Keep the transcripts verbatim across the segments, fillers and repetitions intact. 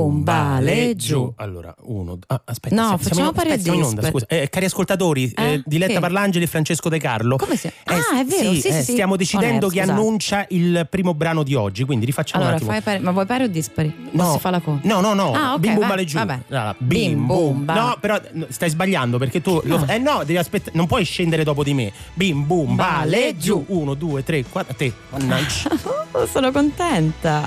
boom, bale giù. Allora, uno, ah, aspetta, No, siamo, facciamo siamo, pari a aspetta, siamo in onda, dispari. scusa. Eh, cari ascoltatori, Eh? eh, Diletta Che? Parlangeli e Francesco De Carlo. Come si- Eh, Ah, è vero, sì, sì, eh, sì. stiamo On decidendo air, chi scusate. annuncia il primo brano di oggi, quindi rifacciamo Allora, un attimo. fai pari, ma vuoi pari o dispari? No, O si fa la conta? no, no, no. Ah, ok, bim bum vai, bale giù. vabbè. Allora, Bim, bim bum, bum. ba. No, però no, stai sbagliando perché tu lo- No. eh no, devi aspettare, non puoi scendere dopo di me. Bim bum Bale bale giù. giù. Uno, due, tre, quattro. Te. Mannaggia. Sono contenta.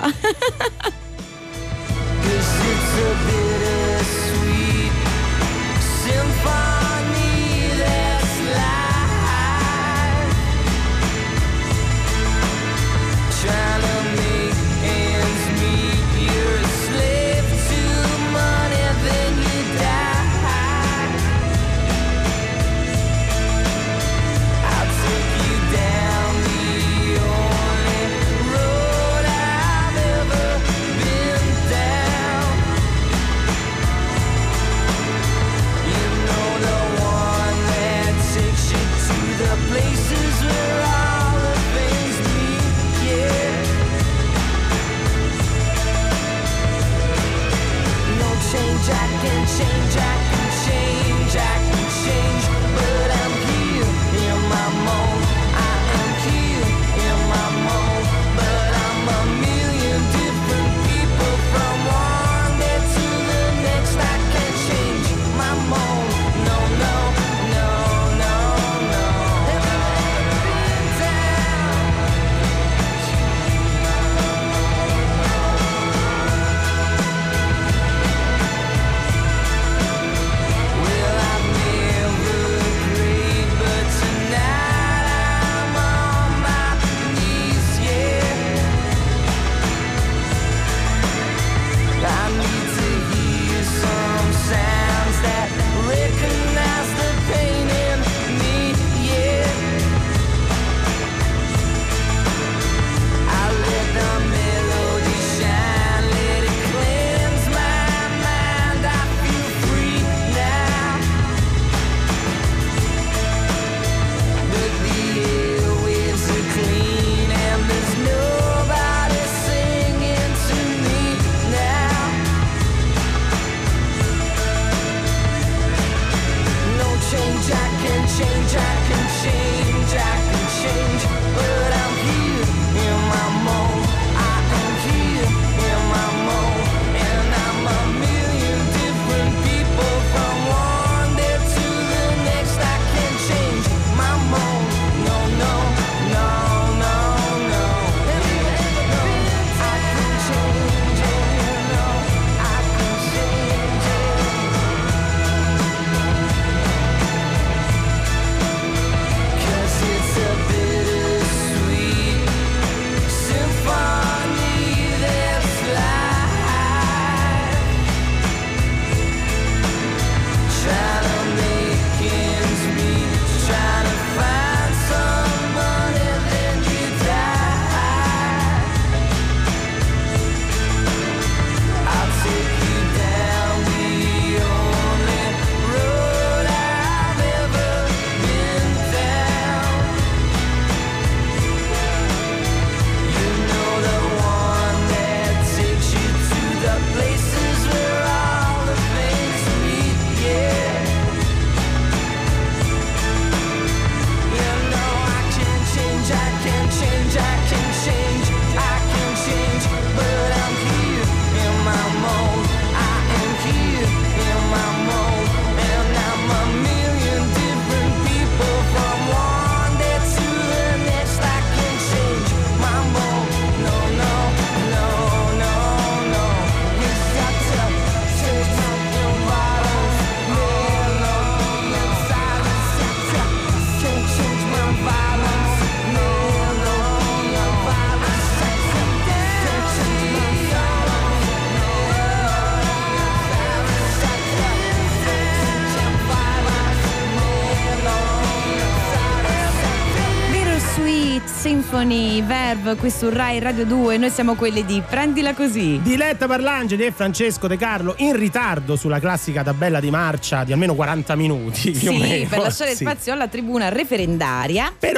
Symphony, Verve qui su Rai Radio due. Noi siamo quelli di Prendila Così. Diletta Parlangeli e Francesco De Carlo in ritardo sulla classica tabella di marcia di almeno quaranta minuti più sì, o meno. per lasciare sì. spazio alla tribuna referendaria. Però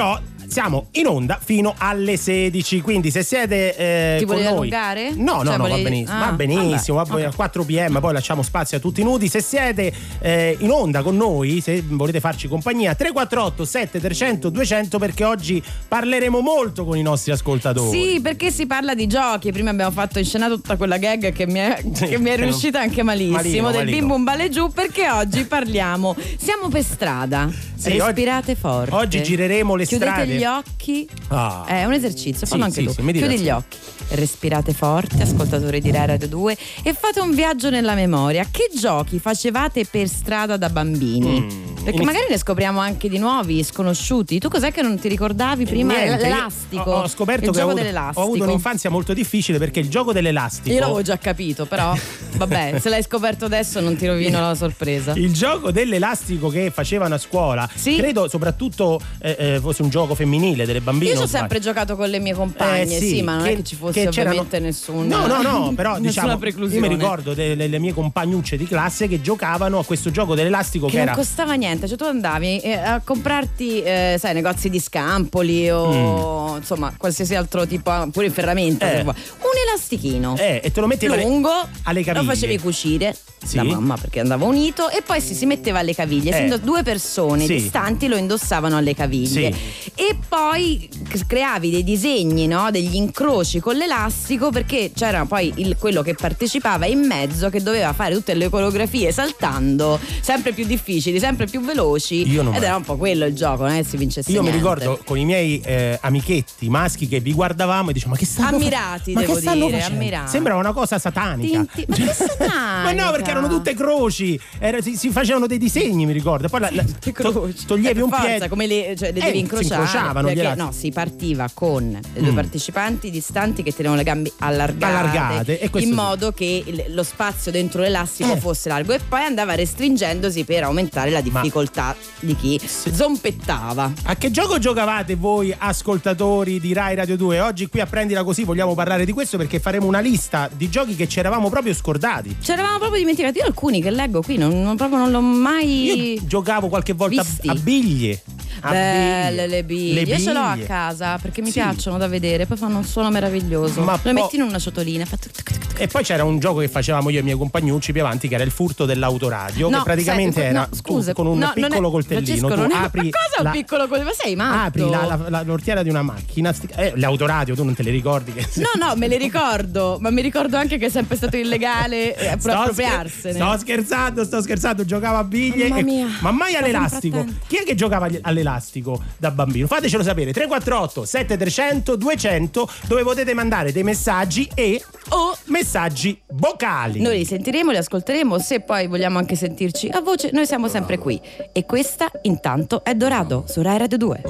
siamo in onda fino alle sedici, quindi se siete eh, Ti con volevi noi allungare? no no Cioè, no volevi... va benissimo, ah, va benissimo vabbè, va okay. a quattro p m poi lasciamo spazio a tutti nudi. Se siete eh, in onda con noi, se volete farci compagnia, tre quattro otto sette tre zero zero due zero zero, perché oggi parleremo molto con i nostri ascoltatori. Sì, perché si parla di giochi. Prima abbiamo fatto in scena tutta quella gag che mi è, Sì, che mi è che riuscita non... anche malissimo, malino, del malino. bim bum balle giù, perché oggi parliamo, siamo per strada, Sì, respirate oggi, forte, oggi gireremo le chiudete strade. gli occhi, Ah. è un esercizio, fallo Sì, anche sì, tu, sì, mi chiudi dirà, gli sì. occhi, respirate forte, ascoltatori di Rai Radio due, e fate un viaggio nella memoria. Che giochi facevate per strada da bambini? Mm, Perché inizi- magari ne scopriamo anche di nuovi, sconosciuti. Tu cos'è che non ti ricordavi prima? Niente, io L'elastico. ho, ho scoperto il che gioco ho avuto, dell'elastico. ho avuto un'infanzia molto difficile, perché il gioco dell'elastico, Io l'avevo già capito, però vabbè, se l'hai scoperto adesso non ti rovino la sorpresa. il gioco dell'elastico che facevano a scuola, Sì. credo soprattutto eh, eh, fosse un gioco femminile delle bambine. Io ci ho o sbaglio? sempre giocato con le mie compagne, Eh, sì, sì, ma non che- è che ci fosse che c'erano- ovviamente nessun. No, no, no, però nessuna diciamo, io preclusione. mi ricordo delle le mie compagnucce di classe che giocavano a questo gioco dell'elastico che, Che non era costava niente, cioè tu andavi eh, a comprarti, eh, sai, negozi di scampoli o insomma qualsiasi altro tipo, pure in ferramenta, Mm. Eh. se vuoi. Un elastichino eh, e te lo mettevi alle- lungo, alle caviglie. lo facevi cucire Sì. da mamma perché andava unito, e poi si, si metteva alle caviglie, Eh. essendo due persone Sì. distanti lo indossavano alle caviglie, Sì. e poi c- creavi dei disegni, no? Degli incroci con l'elastico, perché c'era poi il, quello che partecipava in mezzo che doveva fare tutte le coreografie saltando sempre più difficili, sempre più veloci, Io non ed me- era un po' quello il gioco, non è che si vincesse Io mi niente. ricordo con i miei eh, amichetti maschi che vi guardavamo e dicevamo: ma che stanno Ammirati, fa- ma devo che stanno dire, facendo? ammirati. Sembrava una cosa satanica. Tinti- ma che satanica? Ma no, perché erano tutte croci, era- si, si facevano dei disegni, mi ricordo. Poi la, la- Che to- croci. toglievi Eh, un per forza, piede. come le, cioè, le Eh, devi si incrociare, incrociavano gli perché elasti- no, si partiva con le due Mm. partecipanti distanti che tenevano le gambe allargate, Allargate, e questo in sì. modo che il- lo spazio dentro l'elastico Eh. fosse largo, e poi andava restringendosi per aumentare la difficoltà di chi zompettava. A che gioco giocavate voi, ascoltatori di Rai Radio due? Oggi qui a Prendila Così vogliamo parlare di questo, perché faremo una lista di giochi che ci eravamo proprio scordati. Ci eravamo proprio dimenticati. Io alcuni che leggo qui non, non- proprio non l'ho mai. Io giocavo qualche volta a, visti. a biglie. A Belle le biglie. Le Io ce l'ho a biglie. casa perché mi Sì. piacciono da vedere, poi fanno un suono meraviglioso. Ma Lo po- metti in una ciotolina, fa tuc, tuc, tuc, tuc. E poi c'era un gioco che facevamo io e i miei compagnucci più avanti, che era il furto dell'autoradio, No, che praticamente sai, era no, scusa, tu con un no, non piccolo è- coltellino Francesco, tu non è- apri ma cosa la, un piccolo coltellino? Ma sei matto? apri la, la, la l'ortiera di una macchina, sti- eh, l'autoradio tu non te le ricordi che No, no, me le ricordo, ma mi ricordo anche che è sempre stato illegale eh, Sto appropriarsene. scher- sto scherzando, sto scherzando, giocavo a biglie Mamma e- mia, ma mai sto all'elastico. sempre attenta. Chi è che giocava agli- all'elastico da bambino? Fatecelo sapere. tre quattro otto sette tre zero zero due zero zero, dove potete mandare dei messaggi e O messaggi vocali. noi li sentiremo, li ascolteremo. Se poi vogliamo anche sentirci a voce, noi siamo sempre qui. E questa intanto è Dorado su Rai Radio due.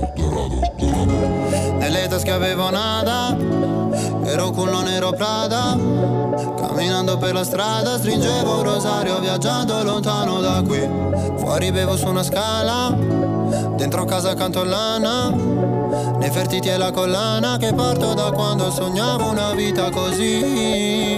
Nelle tasche avevo nada, ero culo nero Prada. Camminando per la strada stringevo un rosario, viaggiando lontano da qui. Fuori bevo su una scala, dentro casa accanto all'ana. Nefertiti e la collana che porto da quando sognavo una vita così.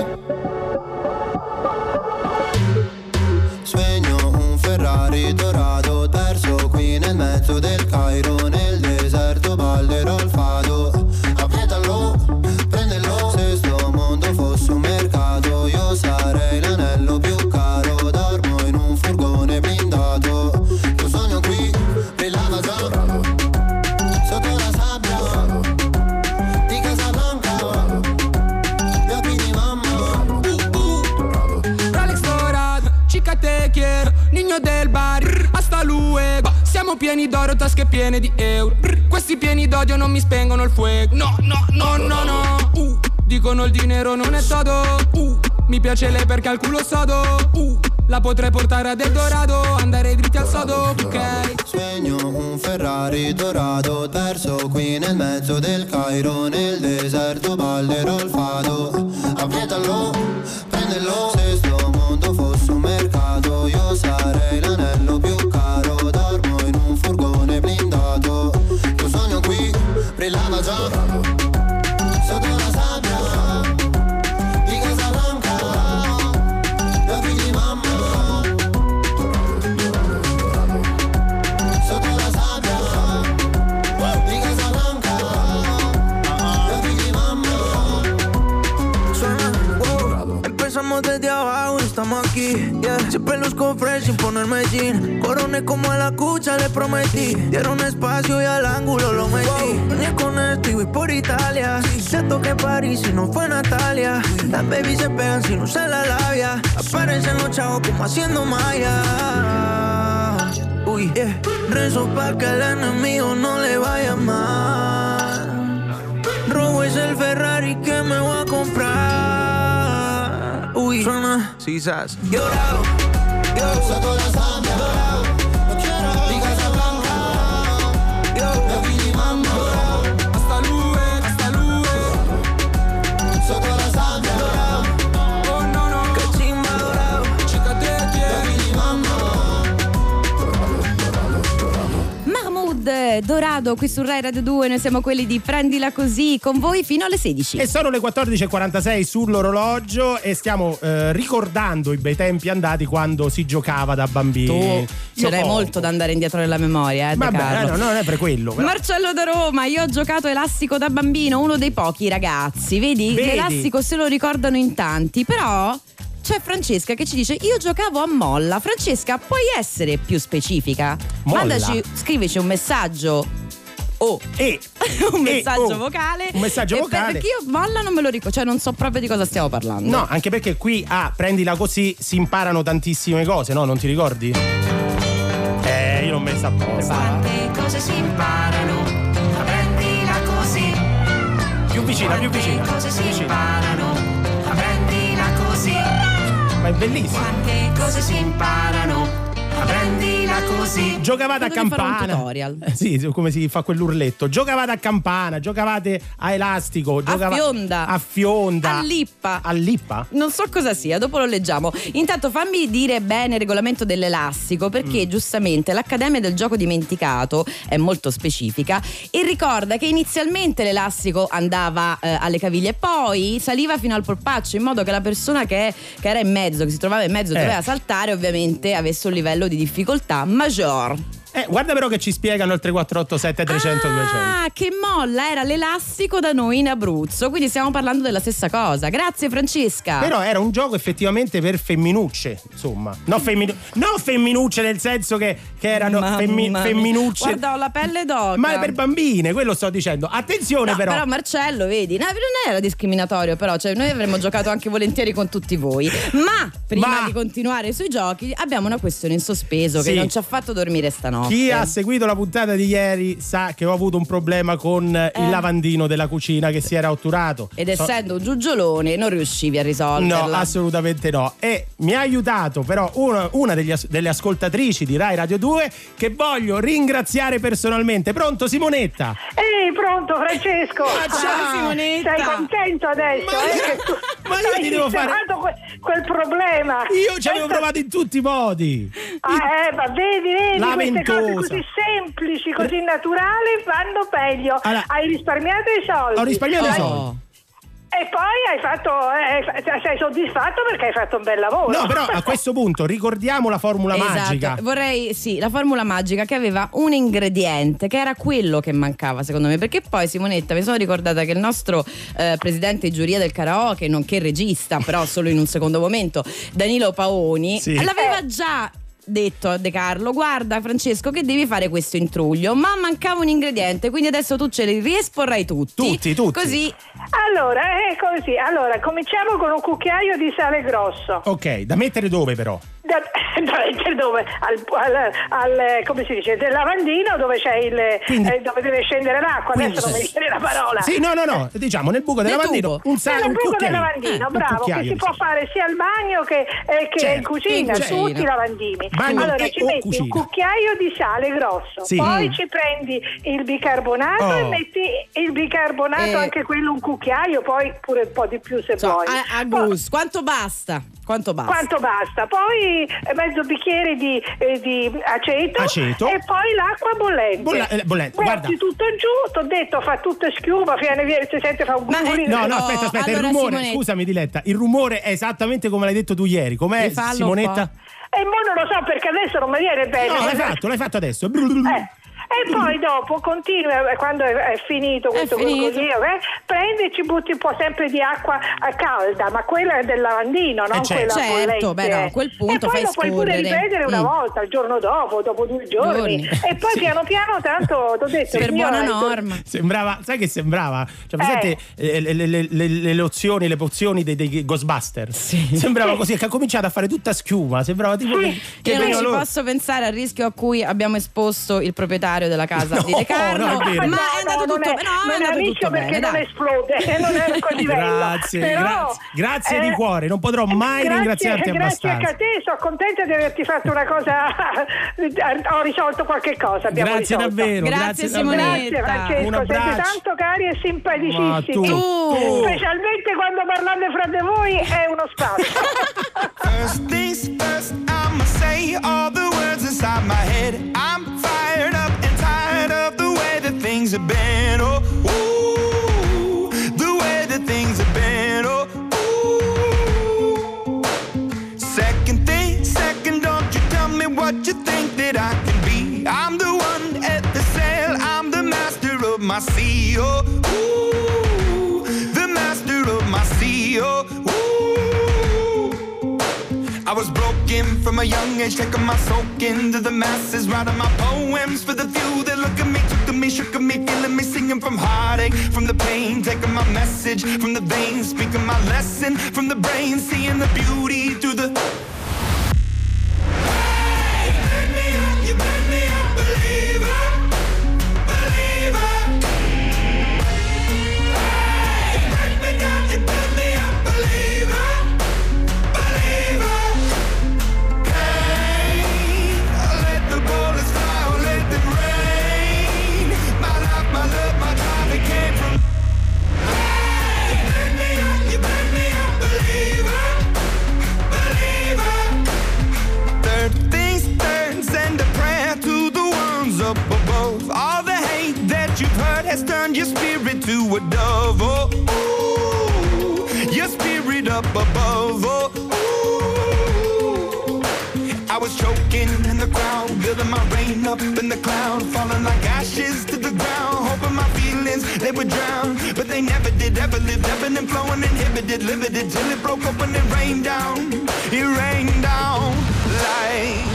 Sogno un Ferrari dorato, perso qui nel mezzo del Cairo, nel deserto ballerò il fado. Appietalo, prendelo, se sto mondo fosse un mercato, io sarei l'anello più caro, dormo in un furgone blindato. Io sogno qui, brillava già, sotto la sabbia, di Casablanca, gli occhi di mamma. Rolex dorado, chica te quiero, niño del bar, hasta luego. Siamo pieni d'oro, tasche piene di euro. Questi pieni d'odio non mi spengono il fuoco. No, no, no, no, no. Uh, dicono il dinero non è todo. Uh, mi piace lei perché al culo sodo. Uh, la potrei portare ad Eldorado, andare dritti al sodo, ok. Sogno un Ferrari dorato, perso qui nel mezzo del Cairo, nel deserto ballerò il fado. Appietalo, prendelo, se sto mondo fosse un mercato, io sarei l'anello più caro, dormo in un furgone blindato. Io sogno qui, brillava già, sotto la sabbia, di Casablanca, gli occhi di mamma. Sotto la sabbia, di Casablanca. desde abajo y estamos aquí, yeah. Siempre luzco fresh sin ponerme jean. Coroné como a la cucha, le prometí. Dieron espacio y al ángulo lo metí. Wow. Ni con esto y voy por Italia. Siento que París si no fue Natalia. Las babies se pegan si no usan la labia. Aparecen los chavos como haciendo malla. Uy, yeah. Rezo pa' que el enemigo no le vaya mal. Robo es el Ferrari que me voy a comprar. Uy, suena Cisas. Llorado, yo saco la sangre. Llorado, no quiero mi casa blanca. Yo, yo vine mamá. Hasta luego, hasta luego. Saco la sangre. Llorado, oh no no. Que chimba dorado, chica te quiero. Yo vine mamá. Mahmood, Dorado qui su Rai Radio due, noi siamo quelli di Prendila Così, con voi fino alle sedici. E sono le quattordici e quarantasei sull'orologio e stiamo eh, ricordando i bei tempi andati quando si giocava da bambini. Tu ce n'hai molto da andare indietro nella memoria, eh, Vabbè, Carlo. no, non è per quello. Però. Marcello da Roma, io ho giocato elastico da bambino, uno dei pochi ragazzi, vedi? Vedi? L'elastico se lo ricordano in tanti, però c'è Francesca che ci dice io giocavo a molla. Francesca, puoi essere più specifica? Molla? Mandaci, scrivici un messaggio o E un messaggio oh, vocale. Un messaggio e vocale. Per, perché io molla non me lo ricordo, cioè non so proprio di cosa stiamo parlando. No, anche perché qui a Prendila Così si imparano tantissime cose, no? Non ti ricordi? Eh, io l'ho messa apposta. Quante cose si imparano, prendila così. Più vicina, più vicina. Quante cose si Più vicina. imparano, prendila così. Ma è bellissimo. Quante cose si imparano, prendila così. Giocavate a Credo di fare un campana. tutorial. Eh, sì, come si fa quell'urletto. Giocavate a campana, giocavate a elastico, giocava... fionda. A fionda. A lippa. A lippa? Non so cosa sia, dopo lo leggiamo. Intanto fammi dire bene il regolamento dell'elastico, perché Mm. giustamente l'Accademia del Gioco Dimenticato è molto specifica e ricorda che inizialmente l'elastico andava eh, alle caviglie, poi saliva fino al polpaccio, in modo che la persona che, che era in mezzo, che si trovava in mezzo e Eh. doveva saltare, ovviamente avesse un livello di difficoltà maggior. Eh, guarda però che ci spiegano il tre quattro otto sette trecento duecento. Ah, che molla era l'elastico da noi in Abruzzo, quindi stiamo parlando della stessa cosa. Grazie Francesca. Però era un gioco effettivamente per femminucce, insomma. No, femminu- no femminucce nel senso che, che erano Mamma femmi- mia. femminucce. Guarda, ho la pelle d'oca. Ma è per bambine, quello sto dicendo. Attenzione No, però. però Marcello, vedi, no, non era discriminatorio, però, cioè noi avremmo giocato anche volentieri con tutti voi. Ma prima Ma- di continuare sui giochi abbiamo una questione in sospeso Sì. che non ci ha fatto dormire stanotte. Chi ha seguito la puntata di ieri sa che ho avuto un problema con eh. il lavandino della cucina che si era otturato. Ed So- essendo un giugiolone non riuscivi a risolverla. No, assolutamente no. E mi ha aiutato però una, una degli as- delle ascoltatrici di Rai Radio due che voglio ringraziare personalmente. Pronto Simonetta? Ehi, pronto Francesco? Ah, ciao, Simonetta. Sei contento adesso? Ma eh, io- che tu ma io hai ti devo fare- sistemato que- quel problema. Io ci avevo provato in tutti i modi. Ah, eh, ma vedi, vedi, queste cose Lamentosa. così semplici, così naturali vanno meglio. Allora, hai risparmiato i soldi. Ho risparmiato i Hai- soldi. E poi hai fatto, eh, sei soddisfatto perché hai fatto un bel lavoro. No, però a questo punto ricordiamo la formula Esatto. magica. Vorrei, sì, la formula magica che aveva un ingrediente che era quello che mancava secondo me, perché poi Simonetta mi sono ricordata che il nostro eh, presidente di giuria del karaoke, nonché regista, però solo in un secondo momento, Danilo Paoni, Sì. l'aveva già detto a De Carlo: guarda Francesco che devi fare questo intruglio, ma mancava un ingrediente, quindi adesso tu ce li riesporrai tutti. Tutti, tutti. Così Allora, è così. Allora, cominciamo con un cucchiaio di sale grosso. Ok, da mettere dove però? Da, da, dove? Al, al, al, come si dice? Del lavandino dove c'è il Quindi- eh, dove deve scendere l'acqua. Quindi- Adesso non mi viene la parola. Sì, no, no, no, diciamo nel buco del Nel lavandino tubo. un sale, Nel un buco del cucchiaio. lavandino, Eh, un bravo, che cucchiaio, si mi può sa. fare sia al bagno che, eh, che Certo, in cucina, in cucina. tutti i lavandini. Bagno allora e ci o metti cucina. un cucchiaio di sale grosso, Sì. poi Mm. ci prendi il bicarbonato Oh. e metti il bicarbonato, Eh. anche quello un cucchiaio, poi pure un po' di più se so, vuoi. a, a Poi- gusto, quanto basta? Quanto basta? Quanto basta? Poi eh, mezzo bicchiere di, eh, di aceto, Aceto. e poi l'acqua bollente. Bolla- eh, bollente, Metti guarda. tutto giù, ti ho detto fa tutto schiuma, viene, viene, si sente fa un Ma, eh, gurgurino. No, no, No, aspetta, aspetta, allora, il rumore, Simonetta. scusami Diletta, il rumore è esattamente come l'hai detto tu ieri, com'è Rifallo un Simonetta? E mo non lo so perché adesso non mi viene bene. No, l'hai Ma- fatto, l'hai fatto adesso. Eh. e poi dopo continua, quando è, è finito questo gorgoglio, eh, prendi e ci butti un po' sempre di acqua calda, ma quella è del lavandino, non eh certo. quella certo, bollente. beh, no, a quel punto e poi fai lo puoi pure scorrere. rivedere una Mm. volta, il giorno dopo, dopo due giorni, Giorni. e poi piano piano tanto t'ho detto Per il mio buona è- norma. Sembrava, sai che sembrava? Cioè, presente eh. le, le, le, le, le lozioni, le pozioni dei, dei Ghostbusters? Sì. Sembrava così, che ha cominciato a fare tutta schiuma. Sembrava tipo Sì. che, che Io non veniva ci loro- posso pensare al rischio a cui abbiamo esposto il proprietario della casa No, di De Carlo, no, è vero. ma No, è andato no, non tutto è, bene. No, non è è andato a tutto rischio bene. perché non Dai. esplode, non è così bello. Grazie, Però, grazie, grazie eh, di cuore, non potrò mai grazie, ringraziarti grazie abbastanza. Grazie a te, sono contenta di averti fatto una cosa, ho risolto qualche cosa, abbiamo Grazie risolto. davvero, Grazie, grazie Simonetta. davvero. Grazie Francesco, Un siete abbraccio. tanto cari e simpaticissimi. Ma tu, tu. Specialmente quando parlate fra di voi è uno spazio. First things first, I'ma say all the words inside my head. I'm fired up and tired of the way that things have been. Oh, ooh, the way that things have been. Oh, ooh. Second thing, second, don't you tell me what you think that I can be. I'm the one at the sail, I'm the master of my sea. Oh, ooh, the master of my sea. Oh, ooh. I was broken from a young age, taking my soak into the masses, writing my poems for the few that look at me, took to me, shook at me, feeling me, singing from heartache, from the pain, taking my message from the veins, speaking my lesson from the brain, seeing the beauty through the. Hey, you burn me up, you burn me up, believer, believer. Hey, you burn me down, you burn me up, believer. Up above, all the hate that you've heard has turned your spirit to a dove. Oh, ooh, your spirit up above. Oh, ooh. I was choking in the crowd, building my rain up in the cloud, falling like ashes to the ground, hoping my feelings they would drown, but they never did. Ever lived, ebbing and flowing, inhibited, limited, till it broke open and rained down. It rained down like.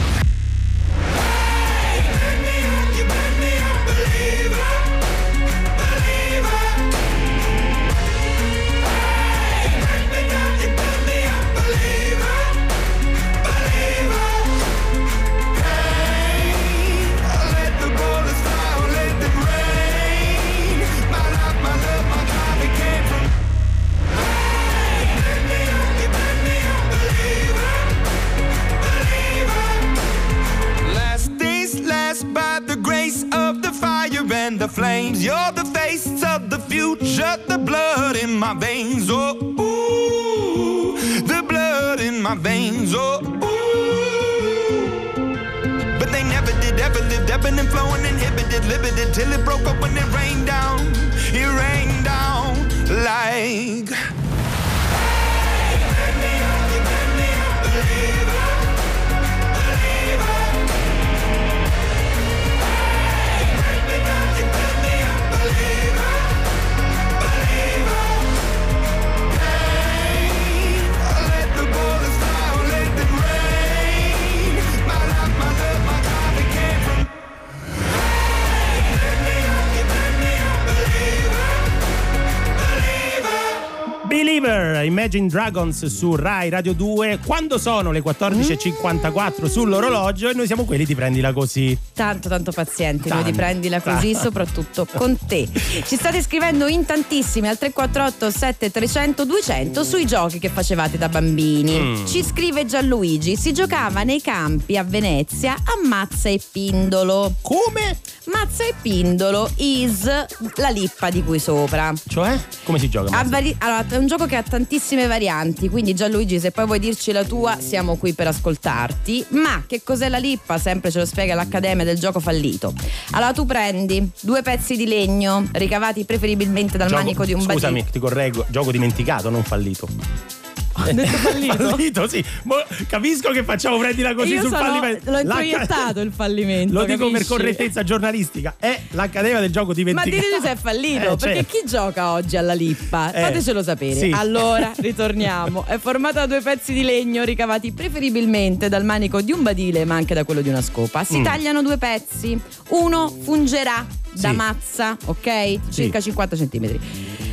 And the flames, you're the face of the future, the blood in my veins, oh, ooh, the blood in my veins, oh, ooh. But they never did, ever lived, ebbing and flowing, inhibited, limited, till it broke up when it rained down, it rained down like. Hey, you burn me up, you burn me up, believer, believer. Believer, Imagine Dragons su Rai Radio due. Quando sono le quattordici e cinquantaquattro sull'orologio e noi siamo quelli di Prendila Così. Tanto tanto pazienti Tanto, noi di Prendila Così, tanto. soprattutto con te. Ci state scrivendo in tantissimi al tre quattro otto sette tre zero zero due zero zero sui giochi che facevate da bambini. Mm. Ci scrive Gianluigi: si giocava nei campi a Venezia a mazza e pindolo. Come? Mazza e pindolo is la lippa di qui sopra. Cioè? Come si gioca? Ha vari- allora, è un gioco che ha tantissime varianti, quindi Gianluigi, se poi vuoi dirci la tua, siamo qui per ascoltarti. Ma che cos'è la lippa? Sempre ce lo spiega l'Accademia del Gioco Fallito. Allora, tu prendi due pezzi di legno ricavati preferibilmente dal Gioco- manico di un Scusami, badile. ti correggo, gioco dimenticato, non fallito. Ho detto fallito. Fallito, sì. Mo, capisco che facciamo prendila così Io sul sono, fallimento. l'ho introiettato il fallimento. Lo dico capisci? per correttezza giornalistica. È l'Accademia del Gioco Ma Dimenticato. diteci se è fallito, Eh, perché certo. chi gioca oggi alla lippa? Eh, Fatecelo sapere. sì. Allora, ritorniamo. È formata da due pezzi di legno ricavati preferibilmente dal manico di un badile, ma anche da quello di una scopa. Si Mm. tagliano due pezzi. Uno fungerà da Sì. mazza, ok? Circa Sì. cinquanta centimetri.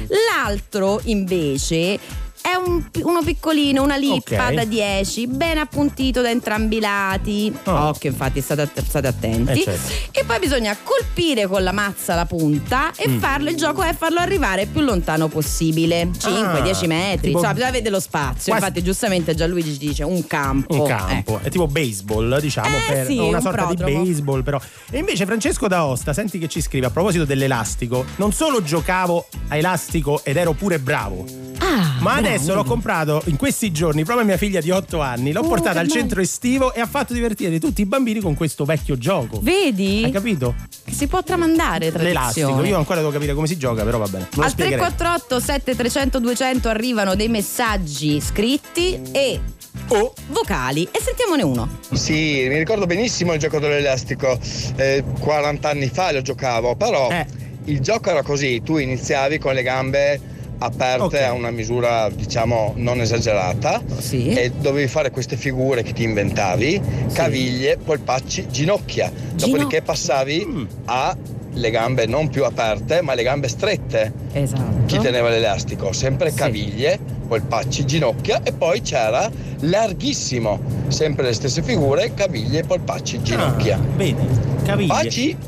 L'altro, invece, è un- uno piccolino, una lippa Ok. da dieci, ben appuntito da entrambi i lati. Oh. Occhio, infatti, state, state attenti. Eh, certo. E poi bisogna colpire con la mazza la punta e Mm. farlo. Il gioco è farlo arrivare più lontano possibile, cinque dieci metri. tipo- Insomma, bisogna vedere lo spazio. Quasi- Infatti, giustamente Gianluigi ci dice un campo. Un campo, Ecco. è tipo baseball, diciamo, Eh, per sì, una un sorta prodromo. di baseball, però. E invece Francesco D'Aosta, senti che ci scrive a proposito dell'elastico: non solo giocavo a elastico ed ero pure bravo, Ah, ma bravo. adesso l'ho comprato in questi giorni proprio a mia figlia di otto anni. L'ho Oh, portata che al bello. centro estivo e ha fatto divertire tutti i bambini con questo vecchio gioco. Vedi? Hai capito? Che si può tramandare L'elastico. tradizione. Io ancora devo capire come si gioca, però va bene. Me lo Al tre spiegherei. quattro otto sette tre zero zero due zero zero arrivano dei messaggi scritti e Oh, vocali e sentiamone uno. Sì, mi ricordo benissimo il gioco dell'elastico, eh, quaranta anni fa lo giocavo, però Eh. il gioco era così, tu iniziavi con le gambe aperte Ok. a una misura diciamo non esagerata Sì. e dovevi fare queste figure che ti inventavi, caviglie, polpacci, ginocchia, dopodiché passavi Mm. a le gambe non più aperte ma le gambe strette. Esatto. Chi teneva l'elastico? Sempre Sì. caviglie, polpacci, ginocchia e poi c'era larghissimo, sempre le stesse figure, caviglie, polpacci, ginocchia. ah, vedi, caviglie. Pacci,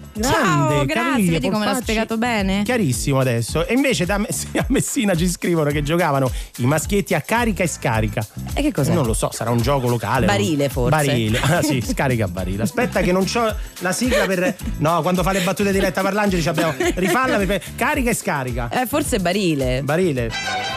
Ciao, Grande, grazie, caviglie, vedi come l'ha polpacci. spiegato bene? Chiarissimo adesso. E invece da Mess- a Messina ci scrivono che giocavano i maschietti a carica e scarica. E che cos'è? Non lo so, sarà un gioco locale. Barile, forse. Barile. Ah sì, scarica barile. Aspetta che non c'ho la sigla per. No, quando fa le battute di Letta Parlangeli ci abbiamo. Rifalla per... carica e scarica. Eh, forse barile. Barile.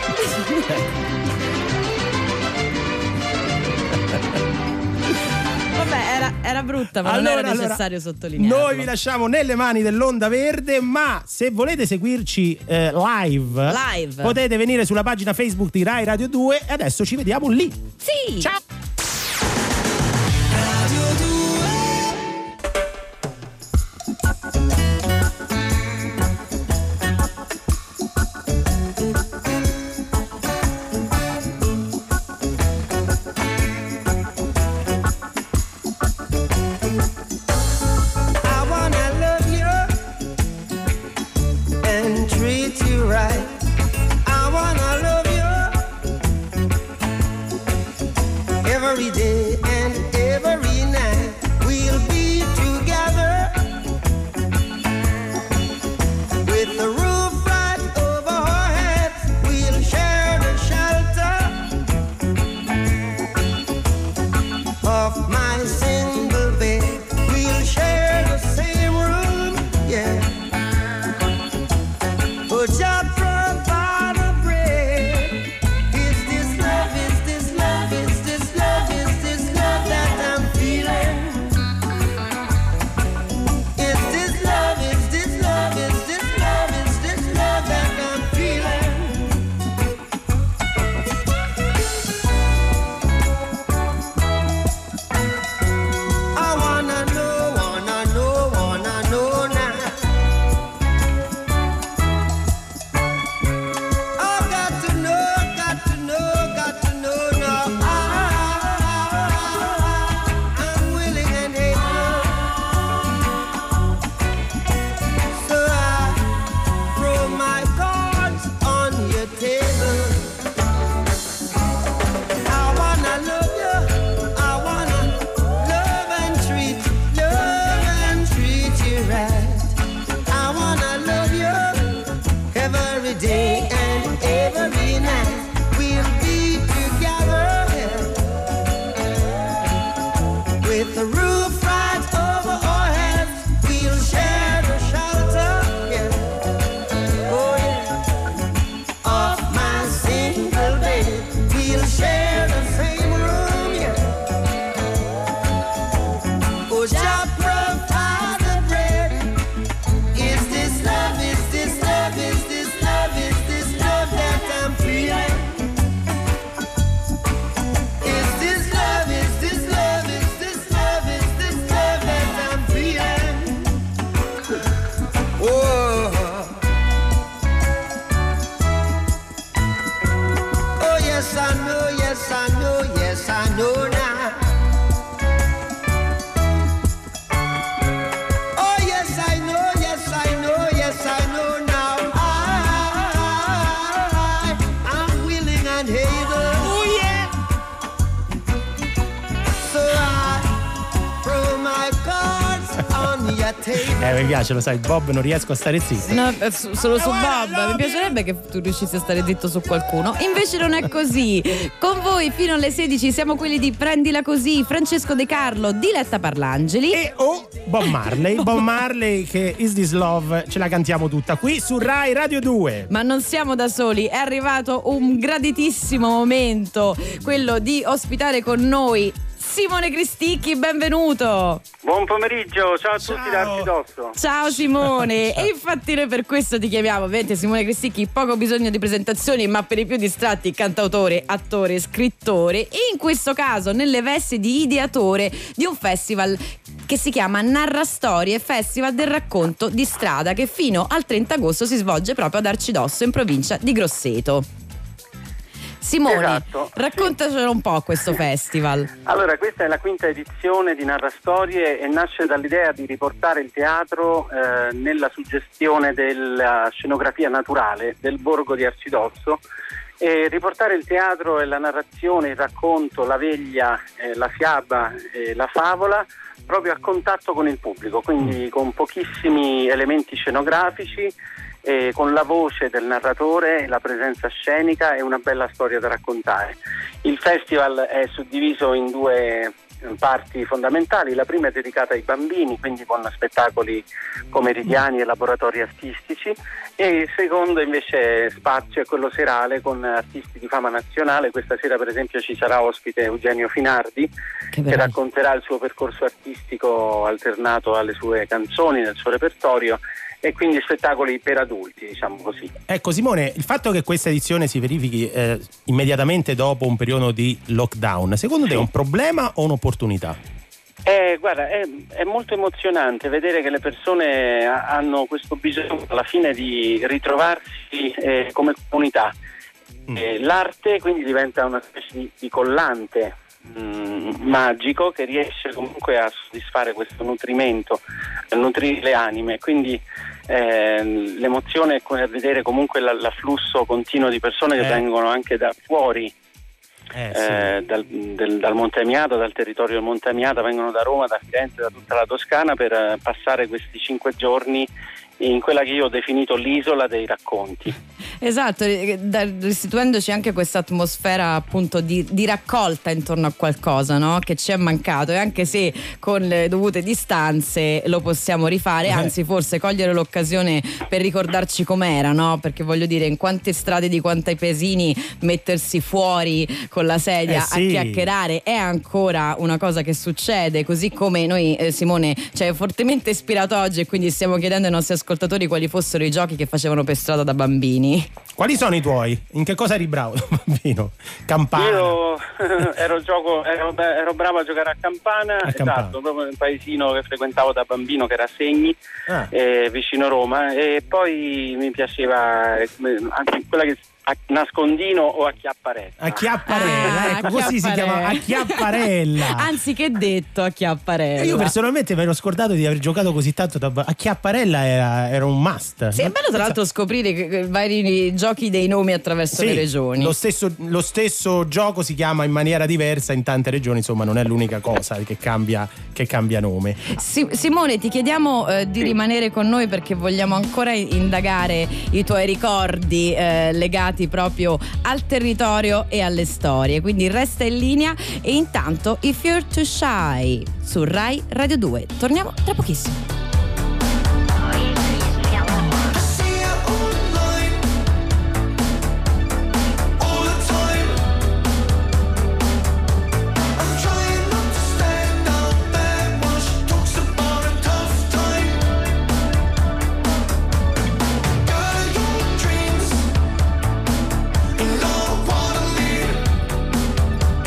Vabbè, era, era brutta, ma non Allora, era allora, necessario sottolinearlo. Noi vi lasciamo nelle mani dell'Onda Verde, ma se volete seguirci eh, live, Live. potete venire sulla pagina Facebook di Rai Radio due e adesso ci vediamo lì. Sì. Ciao! I wanna love you and treat you right. I wanna love you every day and every night. We'll be together with the roof right over our heads. We'll share the shelter of my single bed. We'll share the same room, yeah. But just provide a bread. Is this love? Is this love? Is this love? Is this love that I'm feeling? Is this love? Is this love? Is this love? Is this love that I'm feeling? Eh, mi piace, lo sai, Bob, non riesco a stare zitto. No, solo su Bob. Mi piacerebbe che tu riuscissi a stare zitto su qualcuno. Invece non è così. Con voi fino alle sedici siamo quelli di Prendila Così, Francesco De Carlo, Diletta Parlangeli e oh, Bob Marley. Bob Marley che Is This Love ce la cantiamo tutta qui su Rai Radio due. Ma non siamo da soli, è arrivato un graditissimo momento, quello di ospitare con noi Simone Cristicchi, benvenuto. Buon pomeriggio, ciao a ciao. Tutti da Arcidosso. Ciao Simone. Ciao. E infatti noi per questo ti chiamiamo, ovviamente Simone Cristicchi, poco bisogno di presentazioni, ma per i più distratti cantautore, attore, scrittore e in questo caso nelle vesti di ideatore di un festival che si chiama Narra Storie, Festival del Racconto di Strada, che fino al trenta agosto si svolge proprio ad Arcidosso in provincia di Grosseto. Simone, esatto, raccontacelo sì. un po' questo festival. Allora, questa è la quinta edizione di Narra Storie e nasce dall'idea di riportare il teatro eh, nella suggestione della scenografia naturale del borgo di Arcidosso e riportare il teatro e la narrazione, il racconto, la veglia, eh, la fiaba e la favola proprio a contatto con il pubblico, quindi con pochissimi elementi scenografici, e con la voce del narratore, la presenza scenica e una bella storia da raccontare. Il festival è suddiviso in due parti fondamentali. La prima è dedicata ai bambini, quindi con spettacoli pomeridiani e laboratori artistici, e il secondo invece spazio è quello serale con artisti di fama nazionale. Questa sera per esempio ci sarà ospite Eugenio Finardi che, che racconterà il suo percorso artistico alternato alle sue canzoni nel suo repertorio, e quindi spettacoli per adulti, diciamo così. Ecco Simone, il fatto che questa edizione si verifichi eh, immediatamente dopo un periodo di lockdown, secondo sì. te è un problema o un'opportunità? Eh, guarda, è, è molto emozionante vedere che le persone hanno questo bisogno alla fine di ritrovarsi eh, come comunità. Mm. Eh, l'arte quindi diventa una specie di, di collante mh, magico che riesce comunque a soddisfare questo nutrimento, a nutrire le anime, quindi eh, l'emozione è come vedere comunque la, l'afflusso continuo di persone che eh. vengono anche da fuori. Eh, sì. eh, dal, del, dal Monte Amiata, dal territorio del Monte Amiata, vengono da Roma, da Firenze, da tutta la Toscana per eh, passare questi cinque giorni in quella che io ho definito l'isola dei racconti. Esatto, restituendoci anche questa atmosfera appunto di, di raccolta intorno a qualcosa, no? Che ci è mancato, e anche se con le dovute distanze lo possiamo rifare, anzi forse cogliere l'occasione per ricordarci com'era, no? Perché voglio dire, in quante strade di quanti paesini mettersi fuori con la sedia eh sì. a chiacchierare è ancora una cosa che succede, così come noi eh, Simone ci hai fortemente ispirato oggi, e quindi stiamo chiedendo ai nostri ascoltatori quali fossero i giochi che facevano per strada da bambini. Quali sono i tuoi? In che cosa eri bravo da bambino? Campana? Io ero, gioco, ero, ero bravo a giocare a campana, a esatto, campana. Proprio nel paesino che frequentavo da bambino, che era Segni, ah. eh, vicino Roma, e poi mi piaceva anche quella che a nascondino o a chiapparella. A chiapparella, ah, ecco, a così si chiama, a chiapparella. Anzi, che detto, a chiapparella. Io personalmente mi ero scordato di aver giocato così tanto da, a chiapparella era, era un must. Sì, è bello tra l'altro scoprire vari giochi dei nomi attraverso sì, le regioni. Lo stesso, lo stesso gioco si chiama in maniera diversa in tante regioni, insomma non è l'unica cosa che cambia, che cambia nome. Si, Simone, ti chiediamo eh, di sì. rimanere con noi perché vogliamo ancora indagare i tuoi ricordi eh, legati proprio al territorio e alle storie, quindi resta in linea. E intanto If You're Too Shy su Rai Radio due, torniamo tra pochissimo.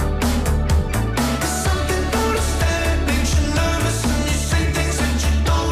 Something about a stand makes you nervous and you say things that you don't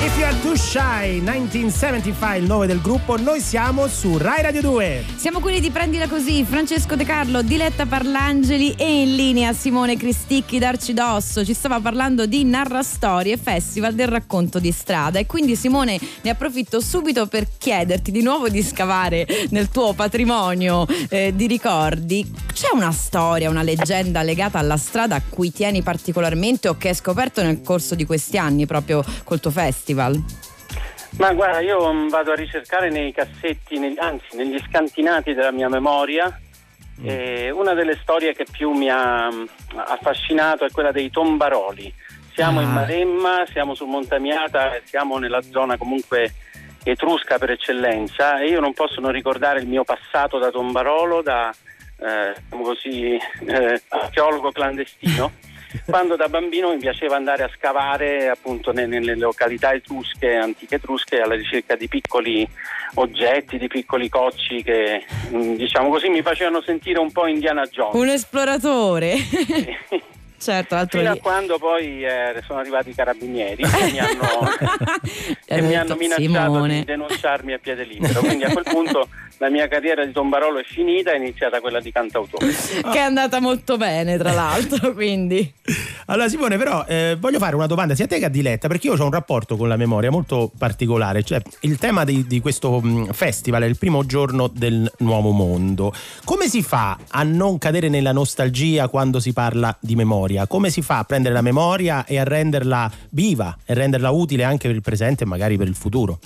If You Are Too Shy, millenovecentosettantacinque, il nome del gruppo. Noi siamo su Rai Radio due. Siamo quelli di Prendila Così, Francesco De Carlo, Diletta Parlangeli e in linea Simone Cristicchi d'Arcidosso. Ci stava parlando di Narrastorie, Festival del racconto di strada, e quindi Simone ne approfitto subito per chiederti di nuovo di scavare nel tuo patrimonio eh, di ricordi. C'è una storia, una leggenda legata alla strada a cui tieni particolarmente o che hai scoperto nel corso di questi anni proprio col tuo festival? Ma guarda, io vado a ricercare nei cassetti, negli, anzi negli scantinati della mia memoria. Mm. E una delle storie che più mi ha affascinato è quella dei tombaroli. Siamo ah. in Maremma, siamo sul Montamiata e siamo nella zona comunque etrusca per eccellenza, e io non posso non ricordare il mio passato da tombarolo, da eh, diciamo così eh, archeologo clandestino. Quando da bambino mi piaceva andare a scavare appunto nelle, nelle località etrusche, antiche etrusche, alla ricerca di piccoli oggetti, di piccoli cocci che diciamo così mi facevano sentire un po' Indiana Jones. Un esploratore. Certo, altro fino lì. a quando poi eh, sono arrivati i carabinieri e mi hanno, e mi hanno minacciato Simone. di denunciarmi a piede libero. Quindi a quel punto la mia carriera di tombarolo è finita, è iniziata quella di cantautore. Che è andata molto bene, tra l'altro, quindi. Allora Simone, però eh, voglio fare una domanda sia a te che a Diletta, perché io ho un rapporto con la memoria molto particolare. Cioè, il tema di, di questo mh, festival è il primo giorno del nuovo mondo. Come si fa a non cadere nella nostalgia quando si parla di memoria? Come si fa a prendere la memoria e a renderla viva e renderla utile anche per il presente e magari per il futuro?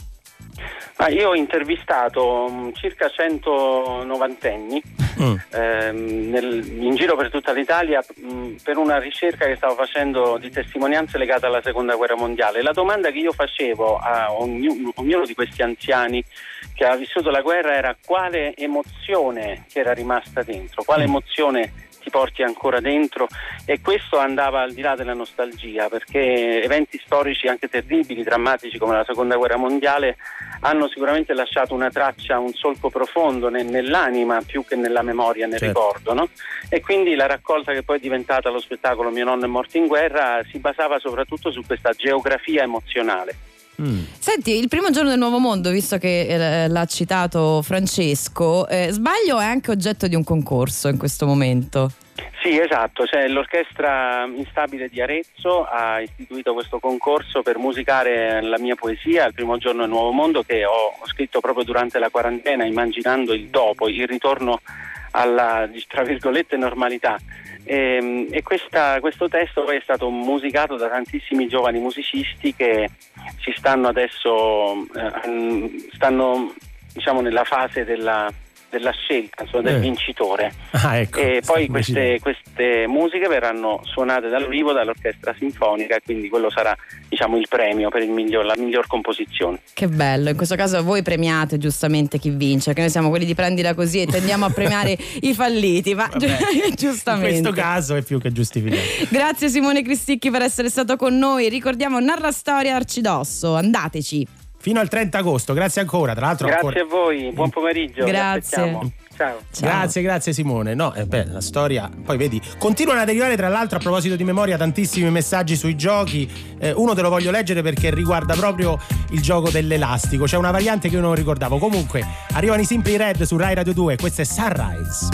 Ah, io ho intervistato um, circa cento novantenni mm. ehm, nel, in giro per tutta l'Italia mh, per una ricerca che stavo facendo di testimonianze legate alla seconda guerra mondiale. La domanda che io facevo a ognuno, ognuno di questi anziani che ha vissuto la guerra era: quale emozione che era rimasta dentro, quale emozione ti porti ancora dentro? E questo andava al di là della nostalgia, perché eventi storici anche terribili, drammatici come la seconda guerra mondiale hanno sicuramente lasciato una traccia, un solco profondo nel, nell'anima più che nella memoria, nel certo. ricordo, no? E quindi la raccolta che poi è diventata lo spettacolo Mio nonno è morto in guerra si basava soprattutto su questa geografia emozionale. Mm. Senti, il primo giorno del nuovo mondo, visto che eh, l'ha citato Francesco, eh, sbaglio, è anche oggetto di un concorso in questo momento? Sì, esatto, cioè, l'Orchestra Instabile di Arezzo ha istituito questo concorso per musicare la mia poesia, Il primo giorno del nuovo mondo, che ho, ho scritto proprio durante la quarantena, immaginando il dopo, il ritorno alla, tra virgolette, normalità. E, e questa, questo testo poi è stato musicato da tantissimi giovani musicisti che ci stanno adesso, eh, stanno diciamo nella fase della della scelta, insomma, del eh. vincitore. Ah, ecco, e poi queste, queste musiche verranno suonate dal vivo dall'orchestra sinfonica, e quindi quello sarà, diciamo, il premio per il miglior, la miglior composizione. Che bello, in questo caso voi premiate giustamente chi vince, perché noi siamo quelli di Prendila Così e tendiamo a premiare i falliti, ma giustamente. In questo caso è più che giustificato. Grazie Simone Cristicchi per essere stato con noi. Ricordiamo Narrastorie Arcidosso, andateci fino al trenta agosto, grazie ancora. Tra l'altro grazie ancora... a voi, buon pomeriggio. Grazie. Ciao. Ciao. Grazie, grazie Simone. No, è bella la storia. Poi vedi, continuano ad arrivare, tra l'altro, a proposito di memoria, tantissimi messaggi sui giochi. Eh, uno te lo voglio leggere perché riguarda proprio il gioco dell'elastico. C'è una variante che io non ricordavo. Comunque, arrivano i Simply Red su Rai Radio due. Questo è Sunrise.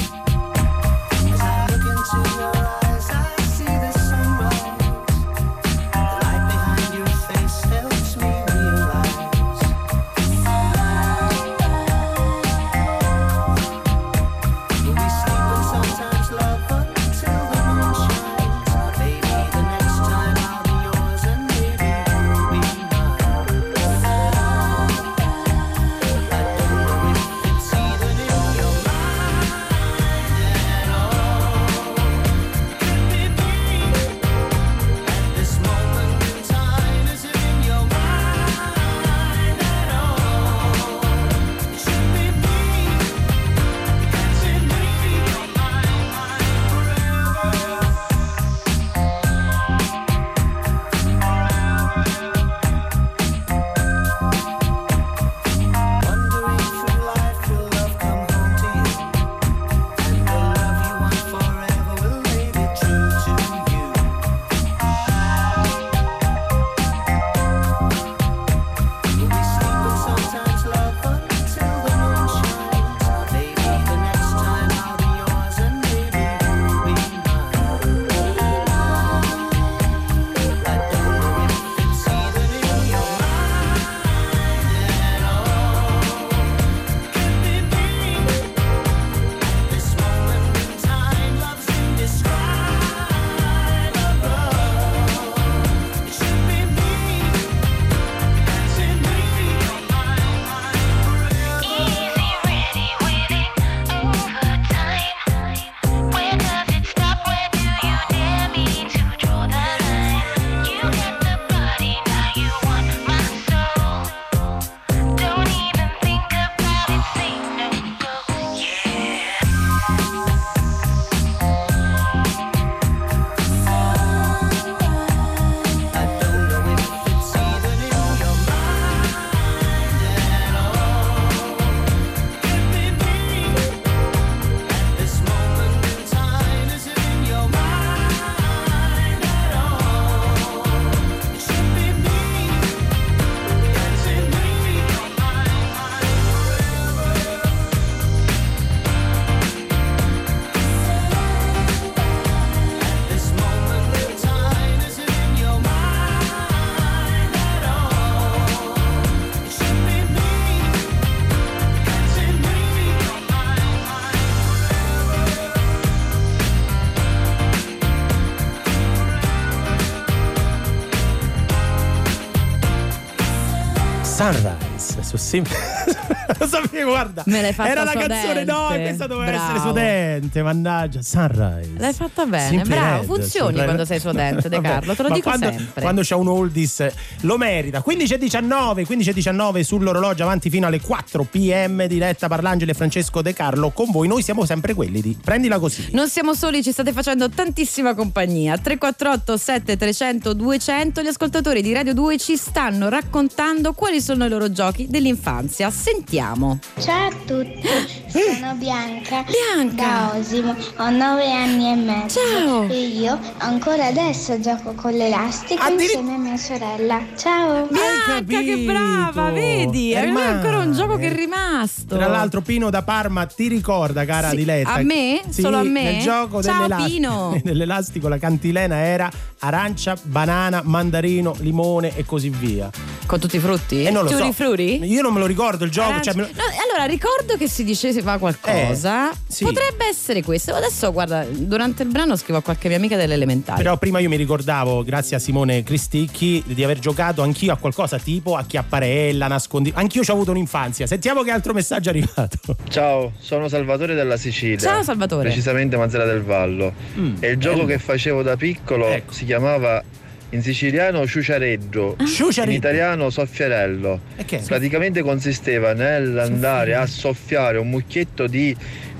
Sunrise su Simple. Lo sapevo, guarda. Me l'hai fatta era la sudente. canzone, no, questa doveva Bravo. essere sudente, mannaggia. Sunrise. L'hai fatta bene, Simple bravo. Red, Funzioni Simple quando Red. sei sudente, De Vabbè, Carlo, te lo ma dico quando, sempre. Quando c'è un oldies lo merita. quindici e diciannove, quindici e diciannove sull'orologio, avanti fino alle quattro p.m. Diretta Parlangeli e Francesco De Carlo con voi. Noi siamo sempre quelli di prendila così. Non siamo soli, ci state facendo tantissima compagnia. tre quattro otto sette tre zero zero due zero zero. Gli ascoltatori di Radio due ci stanno raccontando quali sono i loro giochi dell'infanzia. Sentiamo. Ciao a tutti, sono Bianca, Bianca. da Osimo, ho nove anni e mezzo. Ciao. E io ancora adesso gioco con l'elastico Addiri- insieme a mia sorella. Ciao. Bianca, che brava, vedi? È È rimane. ancora un gioco che è rimasto. Tra l'altro Pino da Parma ti ricorda, cara Sì, Diletta? a me? Sì, Solo a me? nel gioco Ciao, dell'elastico, Pino. dell'elastico la cantilena era arancia, banana, mandarino, limone e così via. Con tutti i frutti? E non lo Tutti so. i frutti? Io non me lo ricordo il gioco, Arancia- cioè, me lo- No, allora ricordo che si diceva qualcosa. Eh, sì. Potrebbe essere questo. Adesso guarda, durante il brano scrivo a qualche mia amica delle elementari. Però prima io mi ricordavo, grazie a Simone Cristicchi, di aver giocato anch'io a qualcosa tipo a chiapparella, nascondi. Anch'io ho avuto un'infanzia. Sentiamo che altro messaggio è arrivato. Ciao, sono Salvatore della Sicilia. Ciao, Salvatore. Precisamente Mazara del Vallo. Mm, e il gioco bello. che facevo da piccolo Ecco. si chiamava in siciliano ciuciareggio, in Sciuciareggio. italiano soffiarello. E che è? Praticamente consisteva nell'andare a soffiare un mucchietto di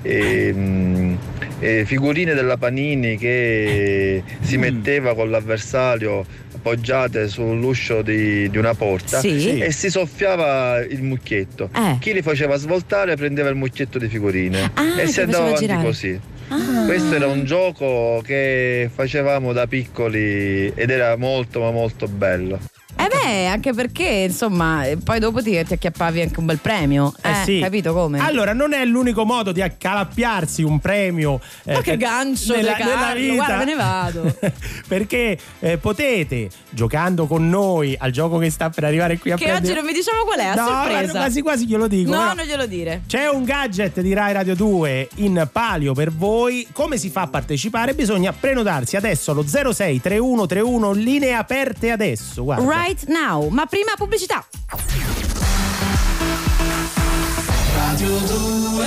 ehm, eh, figurine della Panini che si Mm. metteva con l'avversario appoggiate sull'uscio di, di una porta Sì. e si soffiava il mucchietto. Eh. Chi li faceva svoltare prendeva il mucchietto di figurine Ah, e che si andava faceva avanti girare. così. Ah. Questo era un gioco che facevamo da piccoli ed era molto ma molto bello. Eh beh, anche perché insomma, eh, poi dopo ti, ti acchiappavi anche un bel premio. Eh, Eh sì. capito come? Allora, non è l'unico modo di accalappiarsi un premio. eh, Ma che per- gancio, nella, De Carlo, nella vita. guarda, me ne vado. Perché eh, potete, giocando con noi al gioco che sta per arrivare qui a Che prendere. oggi non vi diciamo qual è, a No, sorpresa. quasi quasi glielo dico. No, però non glielo dire. C'è un gadget di Rai Radio due in palio per voi. Come si fa a partecipare? Bisogna prenotarsi adesso allo zero sei trentuno trentuno, linee aperte adesso. Guarda. Right now. Ma prima pubblicità. Radio due.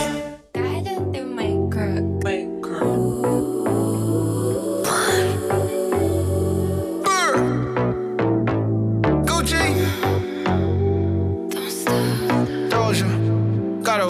Gucci. Doja. Gato.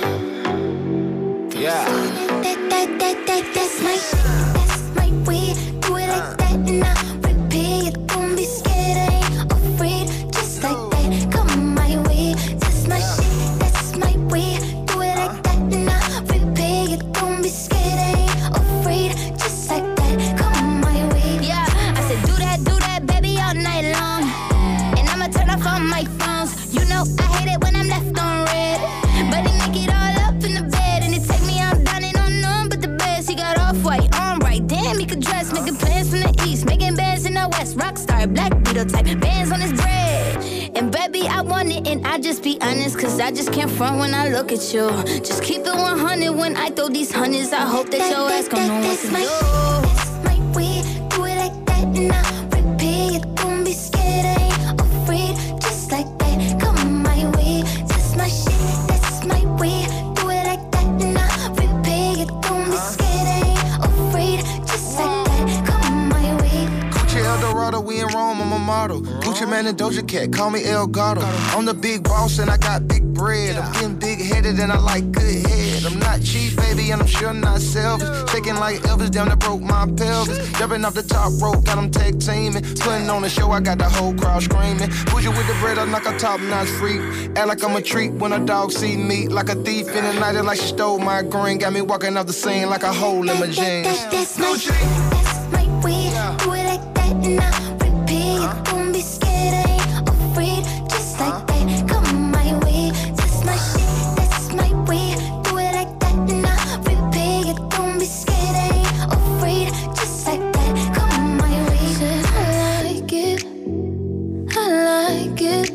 Yeah. That, that, that, that, that's my shit, that's my way. Do it like that and I repeat it. Don't be scared, I ain't afraid. Just like that, come my way. That's my shit, that's my way. Do it like that and I repeat it. Don't be scared, I ain't afraid. Just like that, come my way. Yeah, I said do that, do that, baby, all night long. And I'ma turn off all my phones. You know I hate it when I'm left on red. But he make it all up in the bed. And it take me out down and on none but the best. He got off-white, on right, damn, he could dress. Making plans from the east, making bands in the west. Rockstar, black beetle type, bands on his bread. And baby, I want it and I just be honest. Cause I just can't front when I look at you. Just keep it one hundred when I throw these hundreds. I hope that your ass gon' know what that's to my do. shit, that's my way. Do it like that and I repeat it. Don't be scared, I ain't afraid. Just like that, come my way. That's my shit, that's my way. Do it like that and I repeat it. Don't be scared, I ain't afraid. Just like that, come my way. Gucci Eldorado, we in Rome, I'm a model. Gucci Man and Doja Cat, call me El Gato. I'm the big boss and I got big bread. I'm getting big headed and I like good head. I'm not cheap, baby, and I'm sure not selfish. Shaking like Elvis, down to broke my pelvis. Jumping off the top rope, got them tag teaming. Putting on the show, I got the whole crowd screaming. Push you with the bread, I'm like a top notch freak. Act like I'm a treat when a dog see me. Like a thief in the night, like she stole my green. Got me walking off the scene like a hole in my jeans. That, that's my shit, that's my way. Do it like that and I repeat it. Don't be scared, I ain't afraid. Just like that, come my way. That's my shit, that's my way. Do it like that and I repeat it. Don't be scared, I ain't afraid. Just like that, come my way. Said I like it, I like it,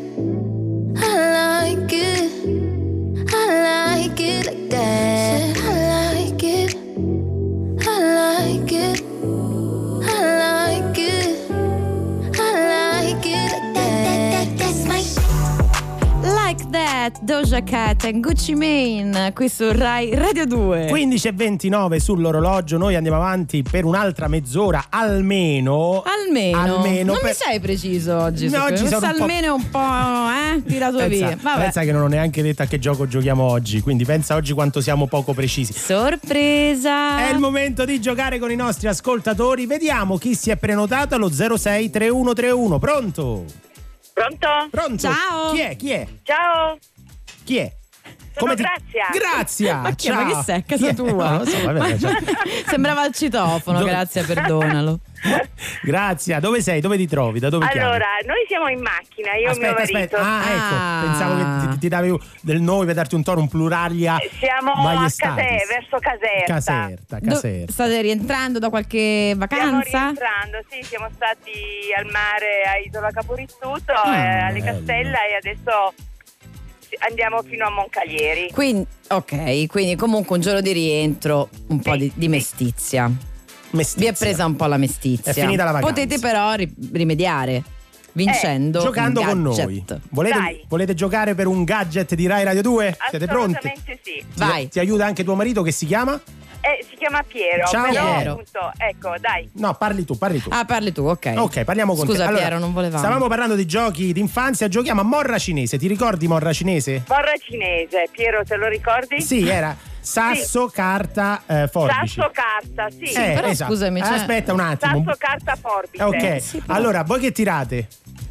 I like it, I like it like that. Said I like it, I like it, I like it. Like That, Doja Cat e Gucci Mane qui su Rai Radio due. quindici e ventinove sull'orologio, noi andiamo avanti per un'altra mezz'ora almeno. Almeno. Almeno non per... mi sei preciso oggi. No, oggi sono un po'... almeno è un po', eh? Tirato pensa, via. Vabbè. Pensa che non ho neanche detto a che gioco giochiamo oggi, quindi pensa oggi quanto siamo poco precisi. Sorpresa. È il momento di giocare con i nostri ascoltatori. Vediamo chi si è prenotato allo zero sei tre uno tre uno. Pronto? Pronto? Pronto? Ciao. Chi è? Chi è? Ciao. Chi è? Sono ti... Grazia. Grazia. Ma che, ciao. ma che sei? A casa tua? No, lo so, vabbè, cioè... Sembrava il citofono. Dove... Grazia, perdonalo. Grazia, dove sei? Dove ti trovi? Da dove allora, chiami? noi siamo in macchina, io aspetta, e mio marito. Aspetta. Ah, ecco, Ah. pensavo che ti, ti davi del noi per darti un tono, un pluralia. Siamo a Maiestatis. Casè, verso Caserta. Caserta, Do- Caserta. state rientrando da qualche Stiamo vacanza? rientrando, sì, siamo stati al mare a Isola Caporizzuto, Ah, eh, alle bello. Castella e adesso andiamo fino a Moncaglieri. Quindi, ok, quindi comunque un giorno di rientro, un po' di, di mestizia. Mestizia. Vi è presa un po' la mestizia. È finita la vacanza. Potete però ri- rimediare vincendo. Giocando un con gadget. noi. Volete, Dai. volete giocare per un gadget di Rai Radio due? Siete pronti? Assolutamente sì. Vai. Ti, ti aiuta anche tuo marito che si chiama? Eh, si chiama Piero. Ciao, però, Piero. appunto, ecco, dai. No, parli tu, parli tu. Ah, parli tu, ok. Ok, parliamo con Scusa, te. Allora, Piero, non volevamo. Stavamo parlando di giochi d'infanzia, giochiamo a Morra Cinese. Ti ricordi Morra Cinese? Borra cinese, Piero, te lo ricordi? Sì, era sasso, carta, eh, forbici. Sasso, carta, sì. Eh, però esatto. scusami, cioè- Aspetta un attimo. Sasso, carta, forbice. Ok, Sì, però- allora voi che tirate?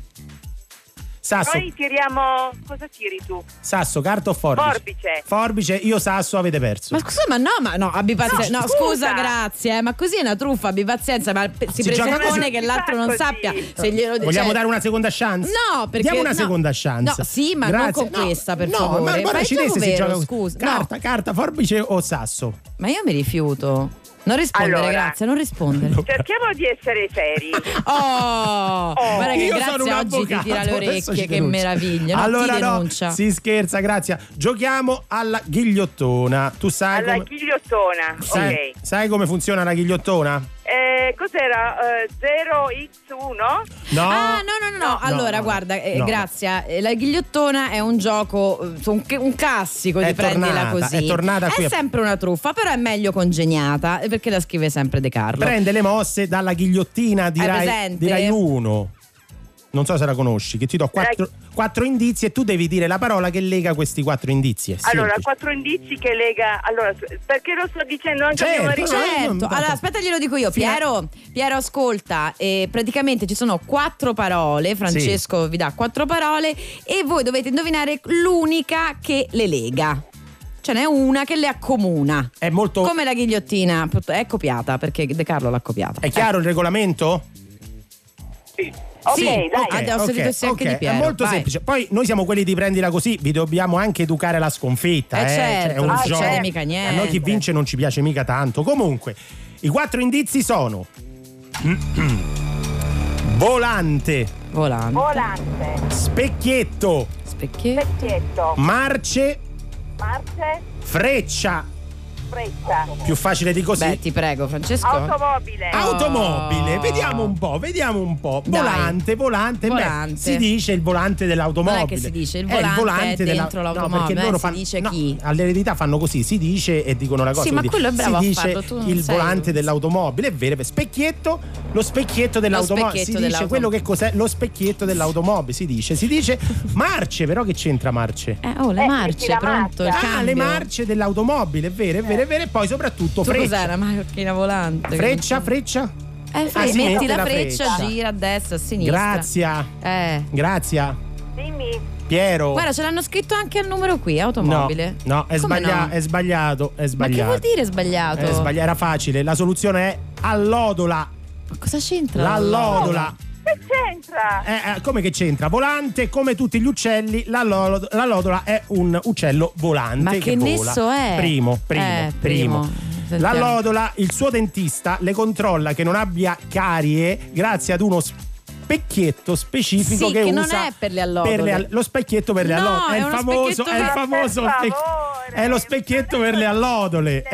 Sasso, Noi tiriamo... Cosa tiri tu? sasso, carta o forbice? Forbice. Forbice, io sasso, avete perso. Ma scusa, ma no, ma no, abbi pazienza. No, No, scusa. scusa, grazie, eh, ma così è una truffa, abbi pazienza, ma pe- si, Si gioca presuppone così. che l'altro non Così. sappia se glielo Vogliamo cioè- dare una seconda chance? No, perché Diamo una no. seconda chance. No, sì, ma non Grazie. con No, questa, per no, favore. ma Fai guarda, il cinese gioco si vero, gioca così. scusa. Carta, No. carta, forbice o sasso? Ma io mi rifiuto. Non rispondere, Allora. grazie, non rispondere. Cerchiamo di essere seri. Oh, guarda che Io sono un Grazia oggi ti avvocato, tira le adesso orecchie, ci che denuncio. meraviglia. No, allora ti no, denuncia. si scherza, grazie. Giochiamo alla ghigliottona. Tu sai Alla come... ghigliottona, sai, ok. sai come funziona la ghigliottona? Eh, cos'era? Eh, zero ics uno? No. Ah, no, no, no, no. Allora, no, guarda, eh, no. Grazia, eh, la ghigliottona è un gioco, eh, un, un classico È di prendila tornata, così. è tornata qui a- sempre una truffa, però è meglio congeniata, eh, perché la scrive sempre De Carlo. Prende le mosse dalla ghigliottina di Hai Rai, presente? di Rai uno. Non so se la conosci, che ti do quattro, quattro indizi e tu devi dire la parola che lega questi quattro indizi. È Allora, semplice. quattro indizi che lega. Allora, perché lo sto dicendo anche a Certo, mio marito? no, Certo, allora aspetta, glielo dico io. Fino a- Piero, Piero ascolta, eh, praticamente ci sono quattro parole. Francesco vi dà quattro parole e voi dovete indovinare l'unica che le lega. Ce n'è una che le accomuna. È molto. Come la ghigliottina è copiata, perché De Carlo l'ha copiata. È chiaro il regolamento? Ok, Sì, dai. ok. Ah, ho sentito sì anche ok, di Piero, è molto vai. semplice. Poi noi siamo quelli di prendila così, vi dobbiamo anche educare alla sconfitta. Eh, eh. certo, Cioè, è un non gioco. succede mica niente. A noi chi vince non ci piace mica tanto. Comunque, i quattro indizi sono volante, Volante, Volante, specchietto, specchietto, specchietto, marce, marce, freccia. freccia, Più facile di così. Beh, ti prego, Francesco. automobile, Automobile, Oh. vediamo un po', vediamo un po'. Dai. Volante, volante, beh, Volante. si dice il volante dell'automobile. Non è che si dice, il È volante è della- dentro no, l'automobile, perché loro eh, si fanno- dice no, chi? all'eredità fanno così, si dice e dicono la cosa. Sì, ma quindi quello è bravo si a dice farlo, tu non il sei- volante dell'automobile, è vero, specchietto, lo specchietto dell'automobile, specchietto si dice dell'automobile. quello che cos'è lo specchietto dell'automobile, si dice, si dice marce, però che c'entra marce? Eh, oh, le Eh, marce, sì, la pronto, il marcia. Ah, cambio. le marce dell'automobile, è vero, è vero, è vero, e poi soprattutto Tu freccia. cos'è una macchina volante? Freccia, freccia? Eh, fre- Ah, si metti mette la la freccia, freccia. gira a destra, a sinistra. Grazia, Eh. grazia. dimmi, Piero. Guarda, ce l'hanno scritto anche al numero qui, automobile. No, no, è, Come sbaglia- no? è sbagliato, è Ma sbagliato. che vuol dire sbagliato? È sbaglia- era facile, la soluzione è allodola. Ma cosa c'entra? L'allodola. che c'entra? Eh, eh, come che c'entra? Volante, come tutti gli uccelli, l'allo- l'allodola è un uccello volante. Ma che vola. nesso è? Primo, primo, Eh, primo. primo. Sentiamo. L'allodola, il suo dentista le controlla che non abbia carie grazie ad uno specchietto specifico Sì, che, che non usa è per le allodole. per le all- lo specchietto per le No, allodole. È, è il uno famoso, specchietto è il per- famoso Per spec- favore, è lo specchietto per le allodole. Eh, È,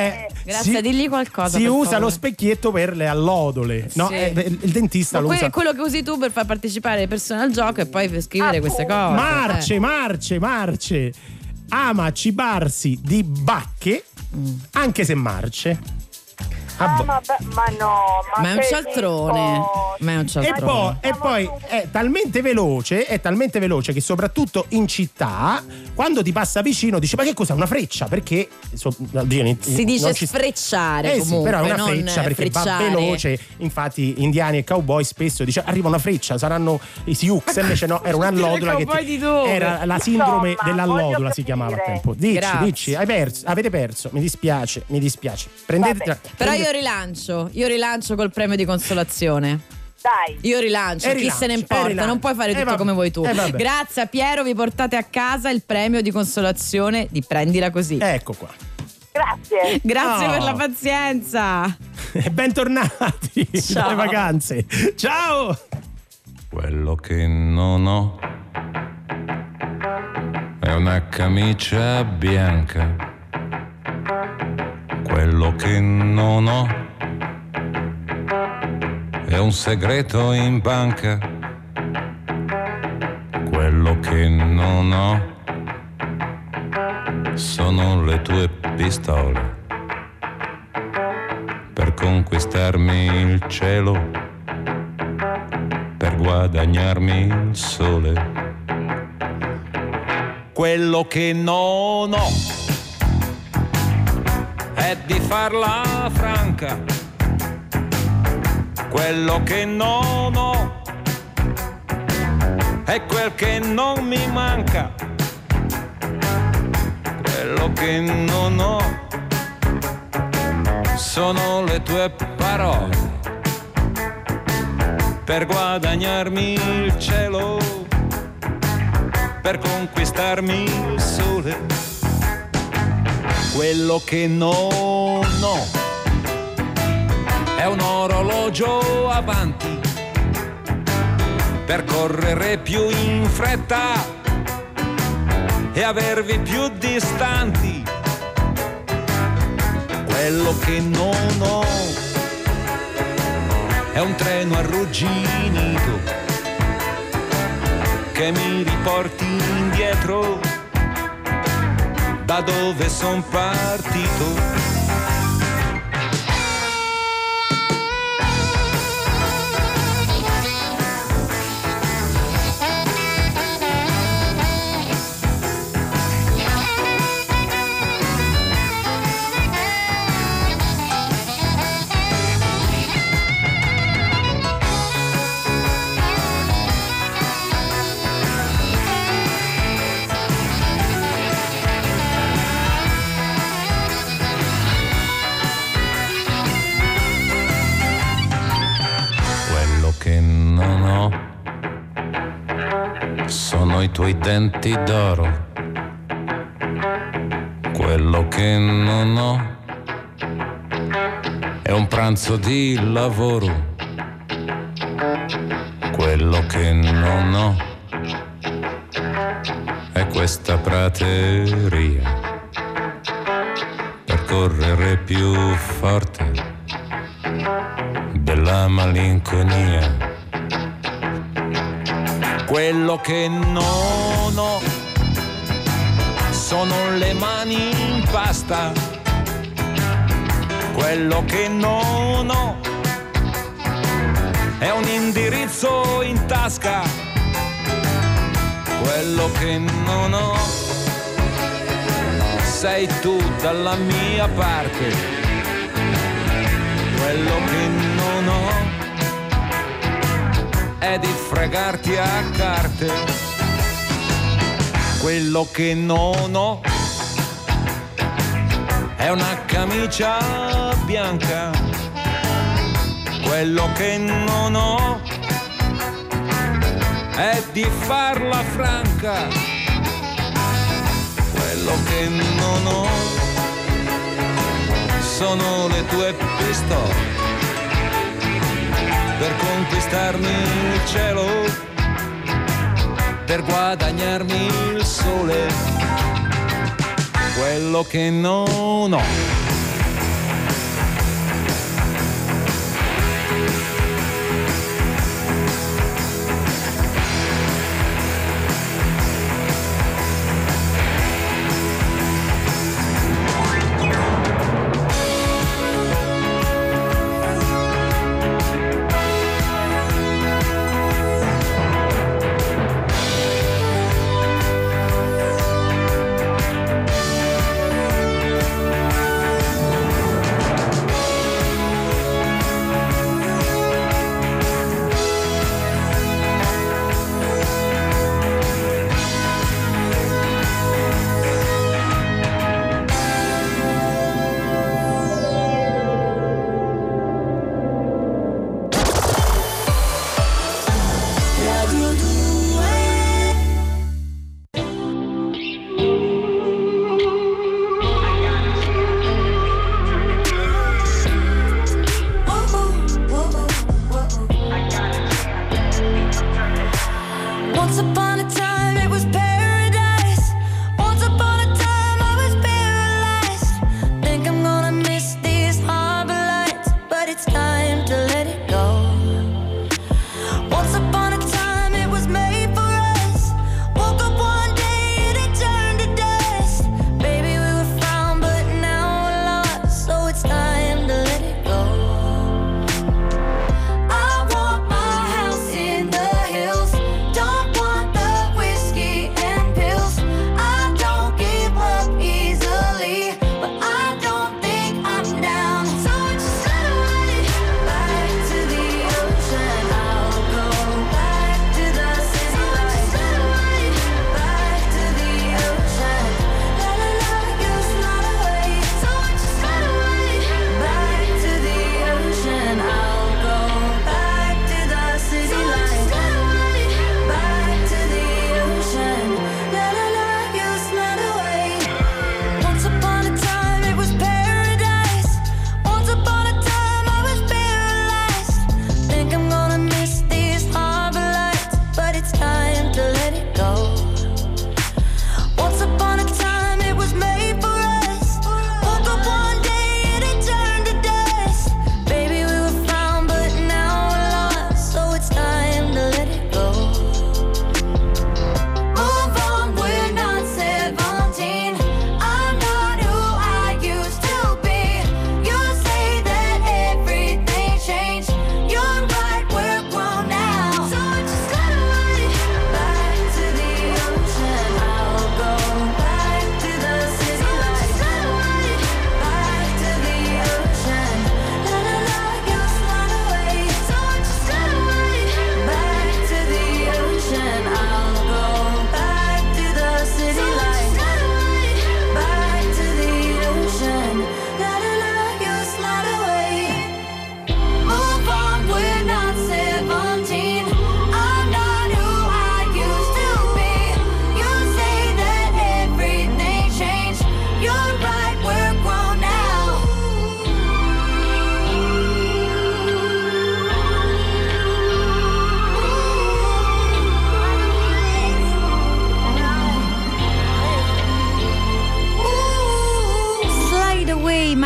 Grazie, si, digli qualcosa. Si per usa favore. lo specchietto per le allodole, no? Sì. Eh, il dentista Ma lo que- usa. quello che usi tu per far partecipare le persone al gioco e poi per scrivere queste cose. Marce, eh. marce, marce. Ama cibarsi di bacche, Mm. anche se marce. Ah, bo- ma, beh, ma no, ma, Ma è un che cialtrone. dico? Ma è un E cialtrone. poi, e poi è talmente veloce, è talmente veloce che soprattutto in città, quando ti passa vicino dici: ma che cos'è? Una freccia? Perché so- oddio, in- Si dice non ci- sfrecciare Eh comunque, sì, però è una non freccia perché frecciare. va veloce. Infatti indiani e cowboy spesso dice arriva una freccia, saranno i Sioux, invece no, era un'allodola che cowboy ti- di dove? era la sindrome Insomma, dell'allodola voglio si chiamava a capire. tempo. Dici, Grazie. dici, hai perso, avete perso, mi dispiace, mi dispiace. Prendete Vabbè. Però prendete- io rilancio, io rilancio col premio di consolazione. Dai. Io rilancio, E chi rilancio, se ne e importa, rilancio. non puoi fare Eh, tutto vabbè. come vuoi tu. Eh, vabbè. Grazie a Piero, vi portate a casa il premio di consolazione di Prendila Così. Ecco qua. Grazie. Grazie Oh. per la pazienza. E bentornati Ciao. dalle vacanze. Ciao. Quello che non ho è una camicia bianca. Quello che non ho è un segreto in banca. Quello che non ho sono le tue pistole per conquistarmi il cielo, per guadagnarmi il sole. Quello che non ho è di farla franca. Quello che non ho è quel che non mi manca. Quello che non ho sono le tue parole per guadagnarmi il cielo, per conquistarmi il sole. Quello che non ho è un orologio avanti per correre più in fretta e avervi più distanti. Quello che non ho è un treno arrugginito che mi riporti indietro da dove son partito. Sono i tuoi denti d'oro. Quello che non ho è un pranzo di lavoro. Quello che non ho è questa prateria per correre più forte della malinconia. Quello che non ho sono le mani in pasta. Quello che non ho è un indirizzo in tasca. Quello che non ho sei tu dalla mia parte. Quello che non ho è di fregarti a carte. Quello che non ho è una camicia bianca. Quello che non ho è di farla franca. Quello che non ho sono le tue pistole per conquistarmi il cielo, per guadagnarmi il sole. Quello che non ho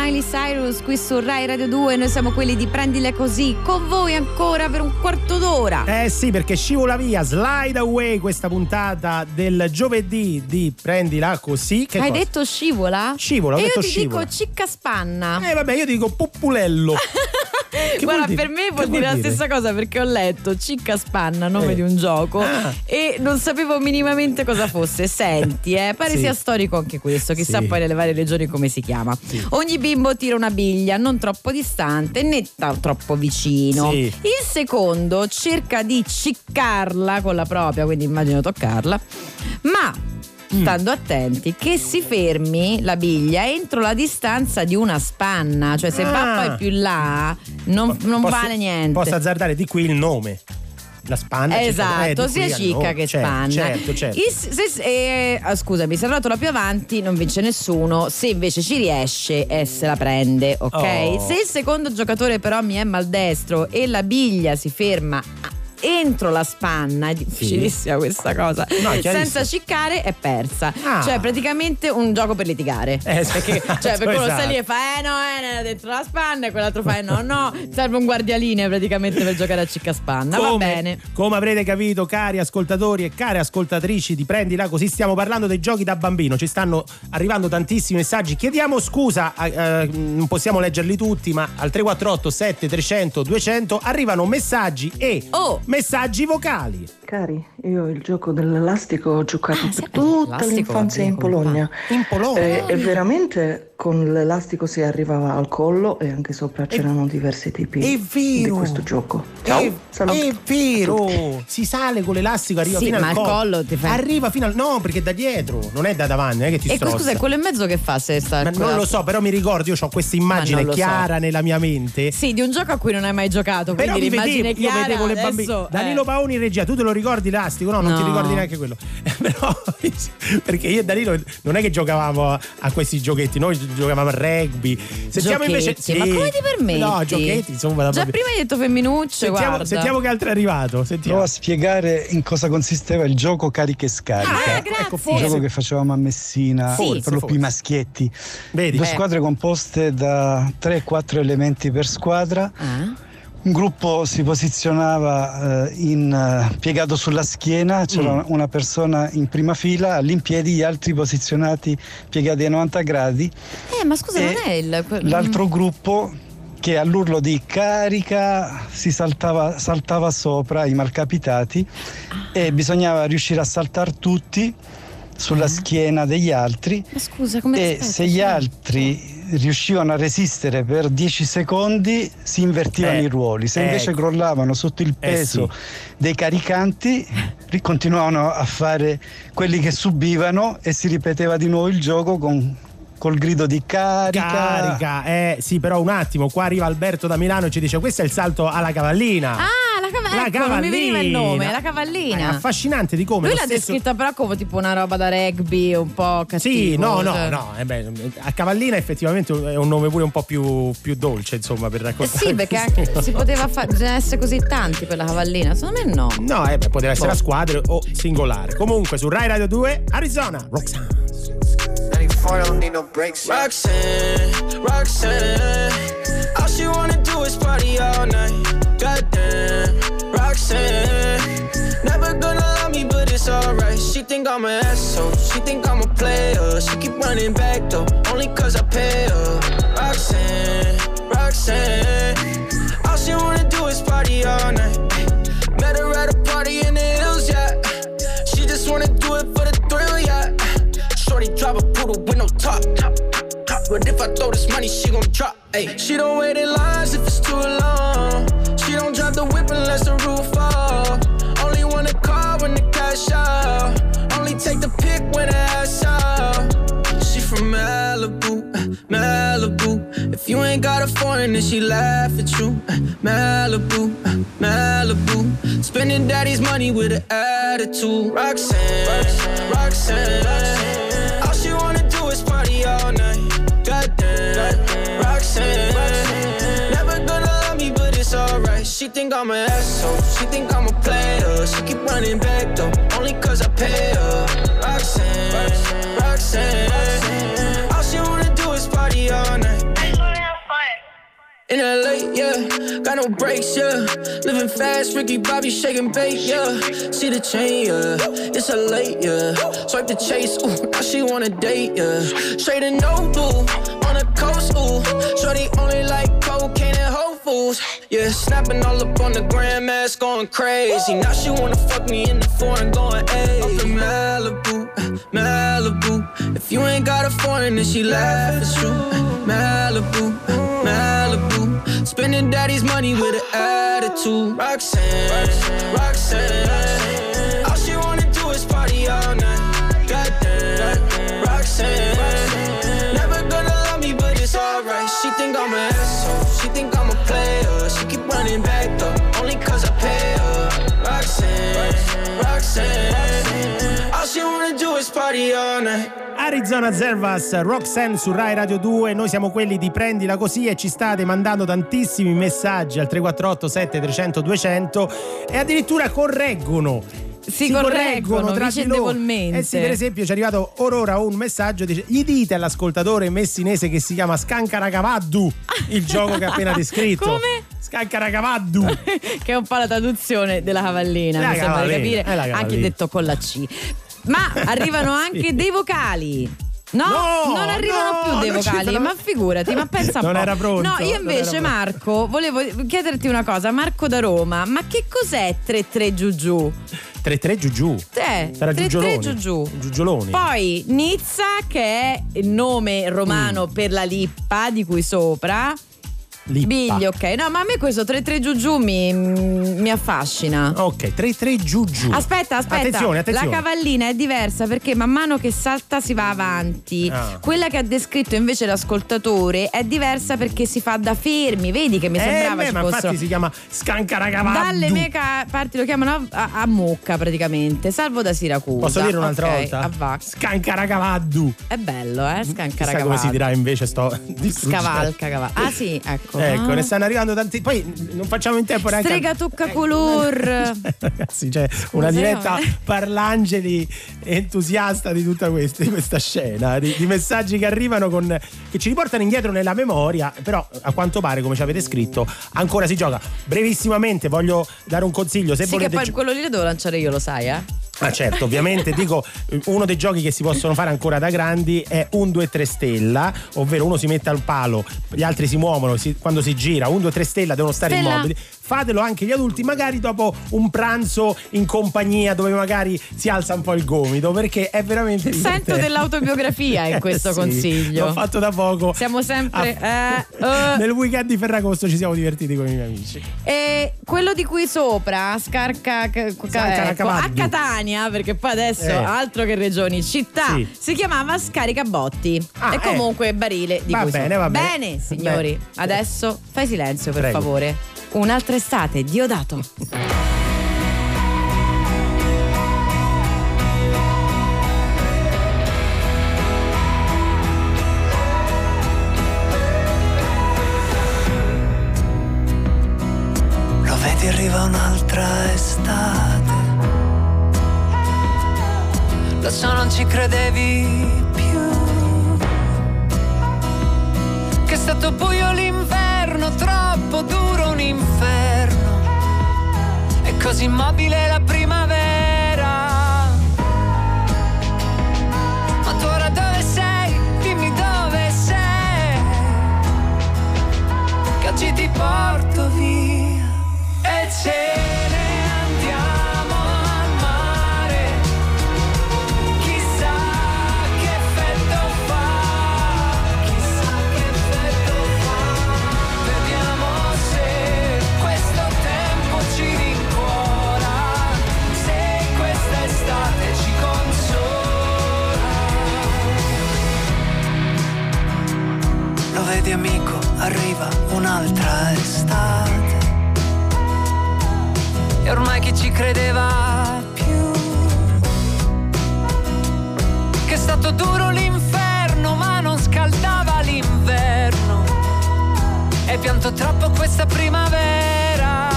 Miley Cyrus qui su Rai Radio due. Noi siamo quelli di Prendile Così, con voi ancora per un quarto d'ora. Eh sì, perché scivola via Slide Away questa puntata del giovedì di Prendila Così. Che Hai cosa? detto scivola? Scivola, ho e detto io ti scivola. dico cicca spanna. Eh vabbè, io ti dico puppulello. Che Guarda, vuol dire? per me Che vuol vuol dire la dire? stessa cosa, perché ho letto cicca spanna, nome Eh. di un gioco, Ah. e non sapevo minimamente cosa fosse. Senti, eh, pare Sì. sia storico anche questo, chissà Sì. poi nelle varie regioni come si chiama. Sì. Ogni bimbo tira una biglia, non troppo distante né ta- troppo vicino. Sì. Il secondo cerca di ciccarla con la propria, quindi immagino toccarla, ma stando attenti che si fermi la biglia entro la distanza di una spanna, cioè se va Ah. poi più là non, non Posso- vale niente. Posso azzardare di qui il nome. La spanna. Esatto, eh, di sia qui al cicca nome. che Certo, spanna. Certo, certo. Il- se- se- eh, ah, scusami, se la più avanti non vince nessuno, se invece ci riesce eh, se la prende, ok? Oh. Se il secondo giocatore però mi è maldestro e la biglia si ferma a- entro la spanna, è difficilissima questa cosa, No, è chiarissimo. senza ciccare è persa. Ah. Cioè praticamente un gioco per litigare. Eh, Perché, cioè, perché uno esatto. sta lì e fa eh no, eh, dentro la spanna, e quell'altro fa eh no, no. Serve un guardialine praticamente per giocare a cicca spanna. Va Come- bene. Come avrete capito, cari ascoltatori e care ascoltatrici di Prendila Così, stiamo parlando dei giochi da bambino. Ci stanno arrivando tantissimi messaggi. Chiediamo scusa, eh, eh, non possiamo leggerli tutti, ma al tre quattro otto sette trecento duecento arrivano messaggi e Oh. messaggi vocali. Cari, io il gioco dell'elastico ho giocato Ah, sì, per tutta l'elastico l'infanzia in l'abbiamo Polonia. In Polonia? E, e veramente con l'elastico si arrivava al collo e anche sopra c'erano diversi tipi È di vero. questo gioco. Ciao, È, saluto. è vero, si sale con l'elastico, arriva Sì, fino ma al al collo. collo ti fa- Arriva fino al. No, perché da dietro, non è da davanti, non è che ti E strozza. scusa, quello in mezzo che fa se sta Ma non lo so, però mi ricordo, io ho questa Ma immagine non lo chiara so. nella mia mente. Sì, di un gioco a cui non hai mai giocato, Però quindi mi l'immagine vedevo, io chiara vedevo le adesso, bambine. eh. Danilo Paoni in regia, tu te lo ricordi l'elastico? No, non ti No. ricordi neanche quello. Però perché io e Danilo non è che giocavamo a, a questi giochetti, noi giocavamo a rugby. Sentiamo invece. Giochetti, ma come ti permetti? No, giochetti, insomma. da Già proprio- prima hai detto femminucce, Sentiamo, guarda. sentiamo che altro è arrivato. Sentiamo. Provo a spiegare in cosa consisteva il gioco carica e scarica. Ah, grazie. ecco, Un forse. gioco che facevamo a Messina, Sì. per lo più i maschietti. Vedi? Due Eh. squadre composte da tre quattro elementi per squadra. Ah. Un gruppo si posizionava eh, in, eh, piegato sulla schiena, c'era Mm. una persona in prima fila, all'impiedi, gli altri posizionati piegati a novanta gradi. Eh, ma scusa, E non è il que- L'altro gruppo che all'urlo di carica si saltava, saltava sopra i malcapitati e bisognava riuscire a saltare tutti sulla Ah. schiena degli altri. Ma scusa, come E aspetta, se gli cioè- altri riuscivano a resistere per dieci secondi si invertivano Eh, i ruoli, se invece ecco. crollavano sotto il Eh, peso sì. dei caricanti ri- continuavano a fare quelli che subivano e si ripeteva di nuovo il gioco con, col grido di carica. Carica, eh sì, però un attimo, qua arriva Alberto da Milano e ci dice: questo è il salto alla cavallina. Ah, la, cava- La ecco, non mi veniva il nome, cavallina. la cavallina. È affascinante di come Lui lo l'ha stesso- descritta però come tipo una roba da rugby, un po' cattivo. Sì, no, no, cioè. no, eh beh, a cavallina effettivamente è un nome pure un po' più, più dolce, insomma, per Eh raccontare. sì, perché anche si poteva fare, bisogna essere così tanti per la cavallina, secondo me no. No, eh beh, poteva essere Boh. a squadre o singolare. Comunque su Rai Radio due, Arizona, Roxanne. ninety-four, don't need no breaks. Roxanne, Roxanne, all she wanna do is party all night. Goddamn, Roxanne, never gonna love me, but it's alright. She think I'm an asshole, she think I'm a player. She keep running back though, only cause I pay her. Roxanne, Roxanne, all she wanna do is party all night. Met her at a party in the hills, yeah. She just wanna do it for the thrill, yeah. Shorty drive a poodle with no top. But if I throw this money, she gon' drop. Ay. She don't wait in lines if it's too long. She don't drive the whip unless the roof off. Only wanna call when the cash out. Only take the pic when the ass out. She from Malibu, Malibu. If you ain't got a foreign, then she laugh at you. Malibu, Malibu. Spending daddy's money with an attitude. Roxanne, Roxanne, Roxanne. All she wanna do is party all night. Goddamn, Roxanne, Roxanne. Never gonna love me, but it's alright. She think I'm an asshole, she think I'm a player. She keep running back though, only cause I pay her. Roxanne, Roxanne, Roxanne. All she wanna do is party all night. yeah. Got no brakes, yeah. Living fast, Ricky Bobby shaking bait, yeah. See the chain, yeah. It's a late, yeah. Swipe the chase, ooh, now she wanna date, yeah. Straight and no blue, on the coast, ooh. Shorty only like cocaine and Whole Foods, yeah. Snapping all up on the grandmas, going crazy. Now she wanna fuck me in the foreign, going ayy. Up in Malibu, Malibu. If you ain't got a foreign, then she laugh, it's true. Malibu, Malibu. Spending daddy's money with an attitude. Roxanne, Roxanne, Roxanne. All she wanna do is party all night. Goddamn, Roxanne, Roxanne. Never gonna love me, but it's alright. She think I'm an asshole, she think I'm a player. She keep running back though, only cause I pay her. Roxanne, Roxanne. All she wanna do is party all night. Arizona Zervas, Roxanne su Rai Radio due. Noi siamo quelli di Prendila Così e ci state mandando tantissimi messaggi al tre quattro otto sette trecento duecento e addirittura correggono. Si, si correggono, correggono vicendevolmente. Eh sì, per esempio ci è arrivato or ora un messaggio, dice: gli dite all'ascoltatore messinese che si chiama Scancaracavaddu il gioco che ha appena descritto. Come? Scancaracavaddu che è un po' la traduzione della cavallina, la mi sembra di capire, cavallina. Anche detto con la C. Ma arrivano anche sì. dei vocali. No, no, non arrivano no, più dei non vocali, sono... ma figurati, ma pensa un non po'. Era pronto, no, io invece Marco, volevo chiederti una cosa, Marco da Roma, ma che cos'è tre tre giù giù? tre tre giù giù. Sì, Era tre tre giù giù. Giugioloni. Poi Nizza, che è il nome romano mm. per la lippa di cui sopra. Lippa. Biglio, ok. No, ma a me questo tre tre giù giù mi, mi affascina. Ok, tre tre giù giù. Aspetta, aspetta. Attenzione, attenzione. La cavallina è diversa perché man mano che salta si va avanti. Ah. Quella che ha descritto invece l'ascoltatore è diversa perché si fa da fermi. Vedi che mi sembrava eh, ci beh, ma fossero... infatti si chiama Scancaracavaddu. Dalle mie parti lo chiamano a, a, a mucca praticamente. Salvo da Siracusa. Posso dire un'altra okay, volta? Scancaracavaddu. È bello, eh? Scancaracavaddu. Sai come si dirà invece? Sto Scavalca, cavalca. Ah sì, ecco. Ecco, ah. ne stanno arrivando tanti. Poi non facciamo in tempo neanche. Strega tocca color. Ragazzi, c'è una diretta Parlangeli entusiasta di tutta questa, di questa scena, di, di messaggi che arrivano con, che ci riportano indietro nella memoria. Però a quanto pare, come ci avete scritto, ancora si gioca. Brevissimamente voglio dare un consiglio. Se sì, volete che poi gi- quello lì lo devo lanciare io, lo sai, eh? Ah certo, ovviamente dico, uno dei giochi che si possono fare ancora da grandi è un due tre stella, ovvero uno si mette al palo, gli altri si muovono, si, quando si gira un due tre stella devono stare stella. immobili. Fatelo anche gli adulti, magari dopo un pranzo in compagnia dove magari si alza un po' il gomito, perché è veramente divertente. Sento dell'autobiografia in questo eh sì, consiglio. L'ho fatto da poco. Siamo sempre a, eh, uh. nel weekend di Ferragosto ci siamo divertiti con i miei amici. E quello di qui sopra, Scarca ecco, a Catania, perché poi adesso eh. altro che regioni, città, sì. si chiamava Scaricabotti. Ah, e comunque eh. barile di va cui bene, sopra. va bene. Bene, signori. Beh. Adesso fai silenzio per Prego. favore. Un'altra estate, Diodato. Lo vedi, arriva un'altra estate. Lo so, non ci credevi più. Che è stato buio l'inverno, troppo duro un inferno. È così immobile la primavera. Ma tu ora dove sei? Dimmi dove sei. Che oggi ti porto via. E ce ne andiamo al mare. Chissà che effetto fa. Chissà che effetto fa. Vediamo se questo tempo ci rincuora, se questa estate ci consola. Lo vedi amico, arriva un'altra estate. E ormai chi ci credeva più? Che è stato duro l'inferno ma non scaldava l'inverno. E pianto troppo questa primavera.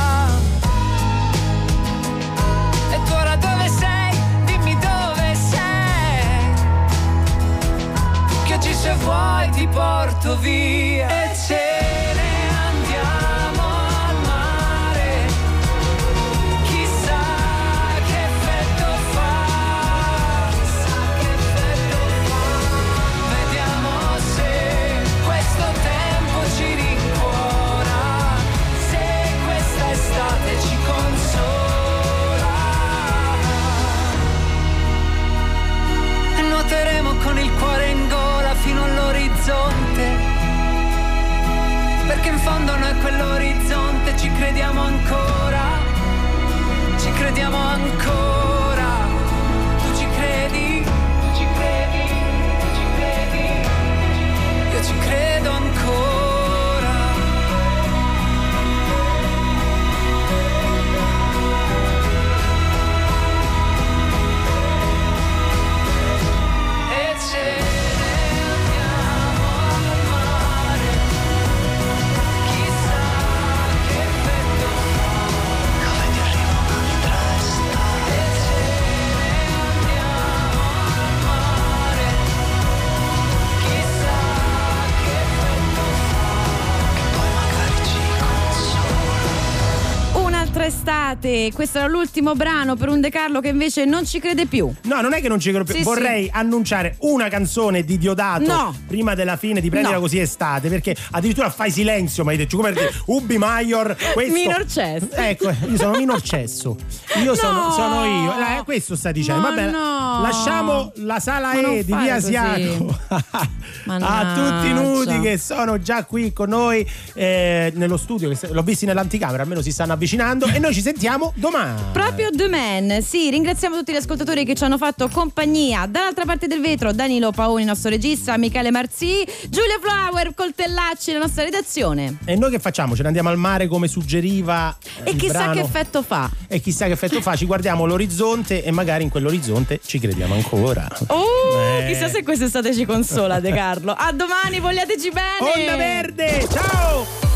E tu ora dove sei? Dimmi dove sei. Che oggi se vuoi ti porto via. E ce ne andiamo con il cuore in gola fino all'orizzonte, perché in fondo noi quell'orizzonte ci crediamo ancora, ci crediamo ancora. Tu ci credi, tu ci credi, tu ci credi, io ci credo ancora. Estate, questo era l'ultimo brano per un De Carlo che invece non ci crede più. No, non è che non ci credo più. Sì, Vorrei sì. annunciare una canzone di Diodato no. prima della fine di Prendila no. così estate, perché addirittura fai silenzio, ma hai detto come dire Ubi Maior, questo. Minor cesso. Ecco, io sono minor cesso. Io no. sono, sono io. Eh, questo stai dicendo. No, Vabbè, no. lasciamo la sala ma E di Via Asiago a tutti i nudi che sono già qui con noi eh, nello studio, che l'ho visti nell'anticamera, almeno si stanno avvicinando, e noi ci sentiamo domani. Proprio domani, sì, ringraziamo tutti gli ascoltatori che ci hanno fatto compagnia. Dall'altra parte del vetro Danilo Paoni, nostro regista, Michele Marzì, Giulia Flower, Coltellacci, la nostra redazione. E noi che facciamo? Ce ne andiamo al mare come suggeriva E il chissà brano. che effetto fa. E chissà che effetto fa, ci guardiamo l'orizzonte e magari in quell'orizzonte ci crediamo ancora. Oh, eh. chissà se quest'estate ci consola De Carlo. A domani, vogliateci bene. Onda Verde, ciao!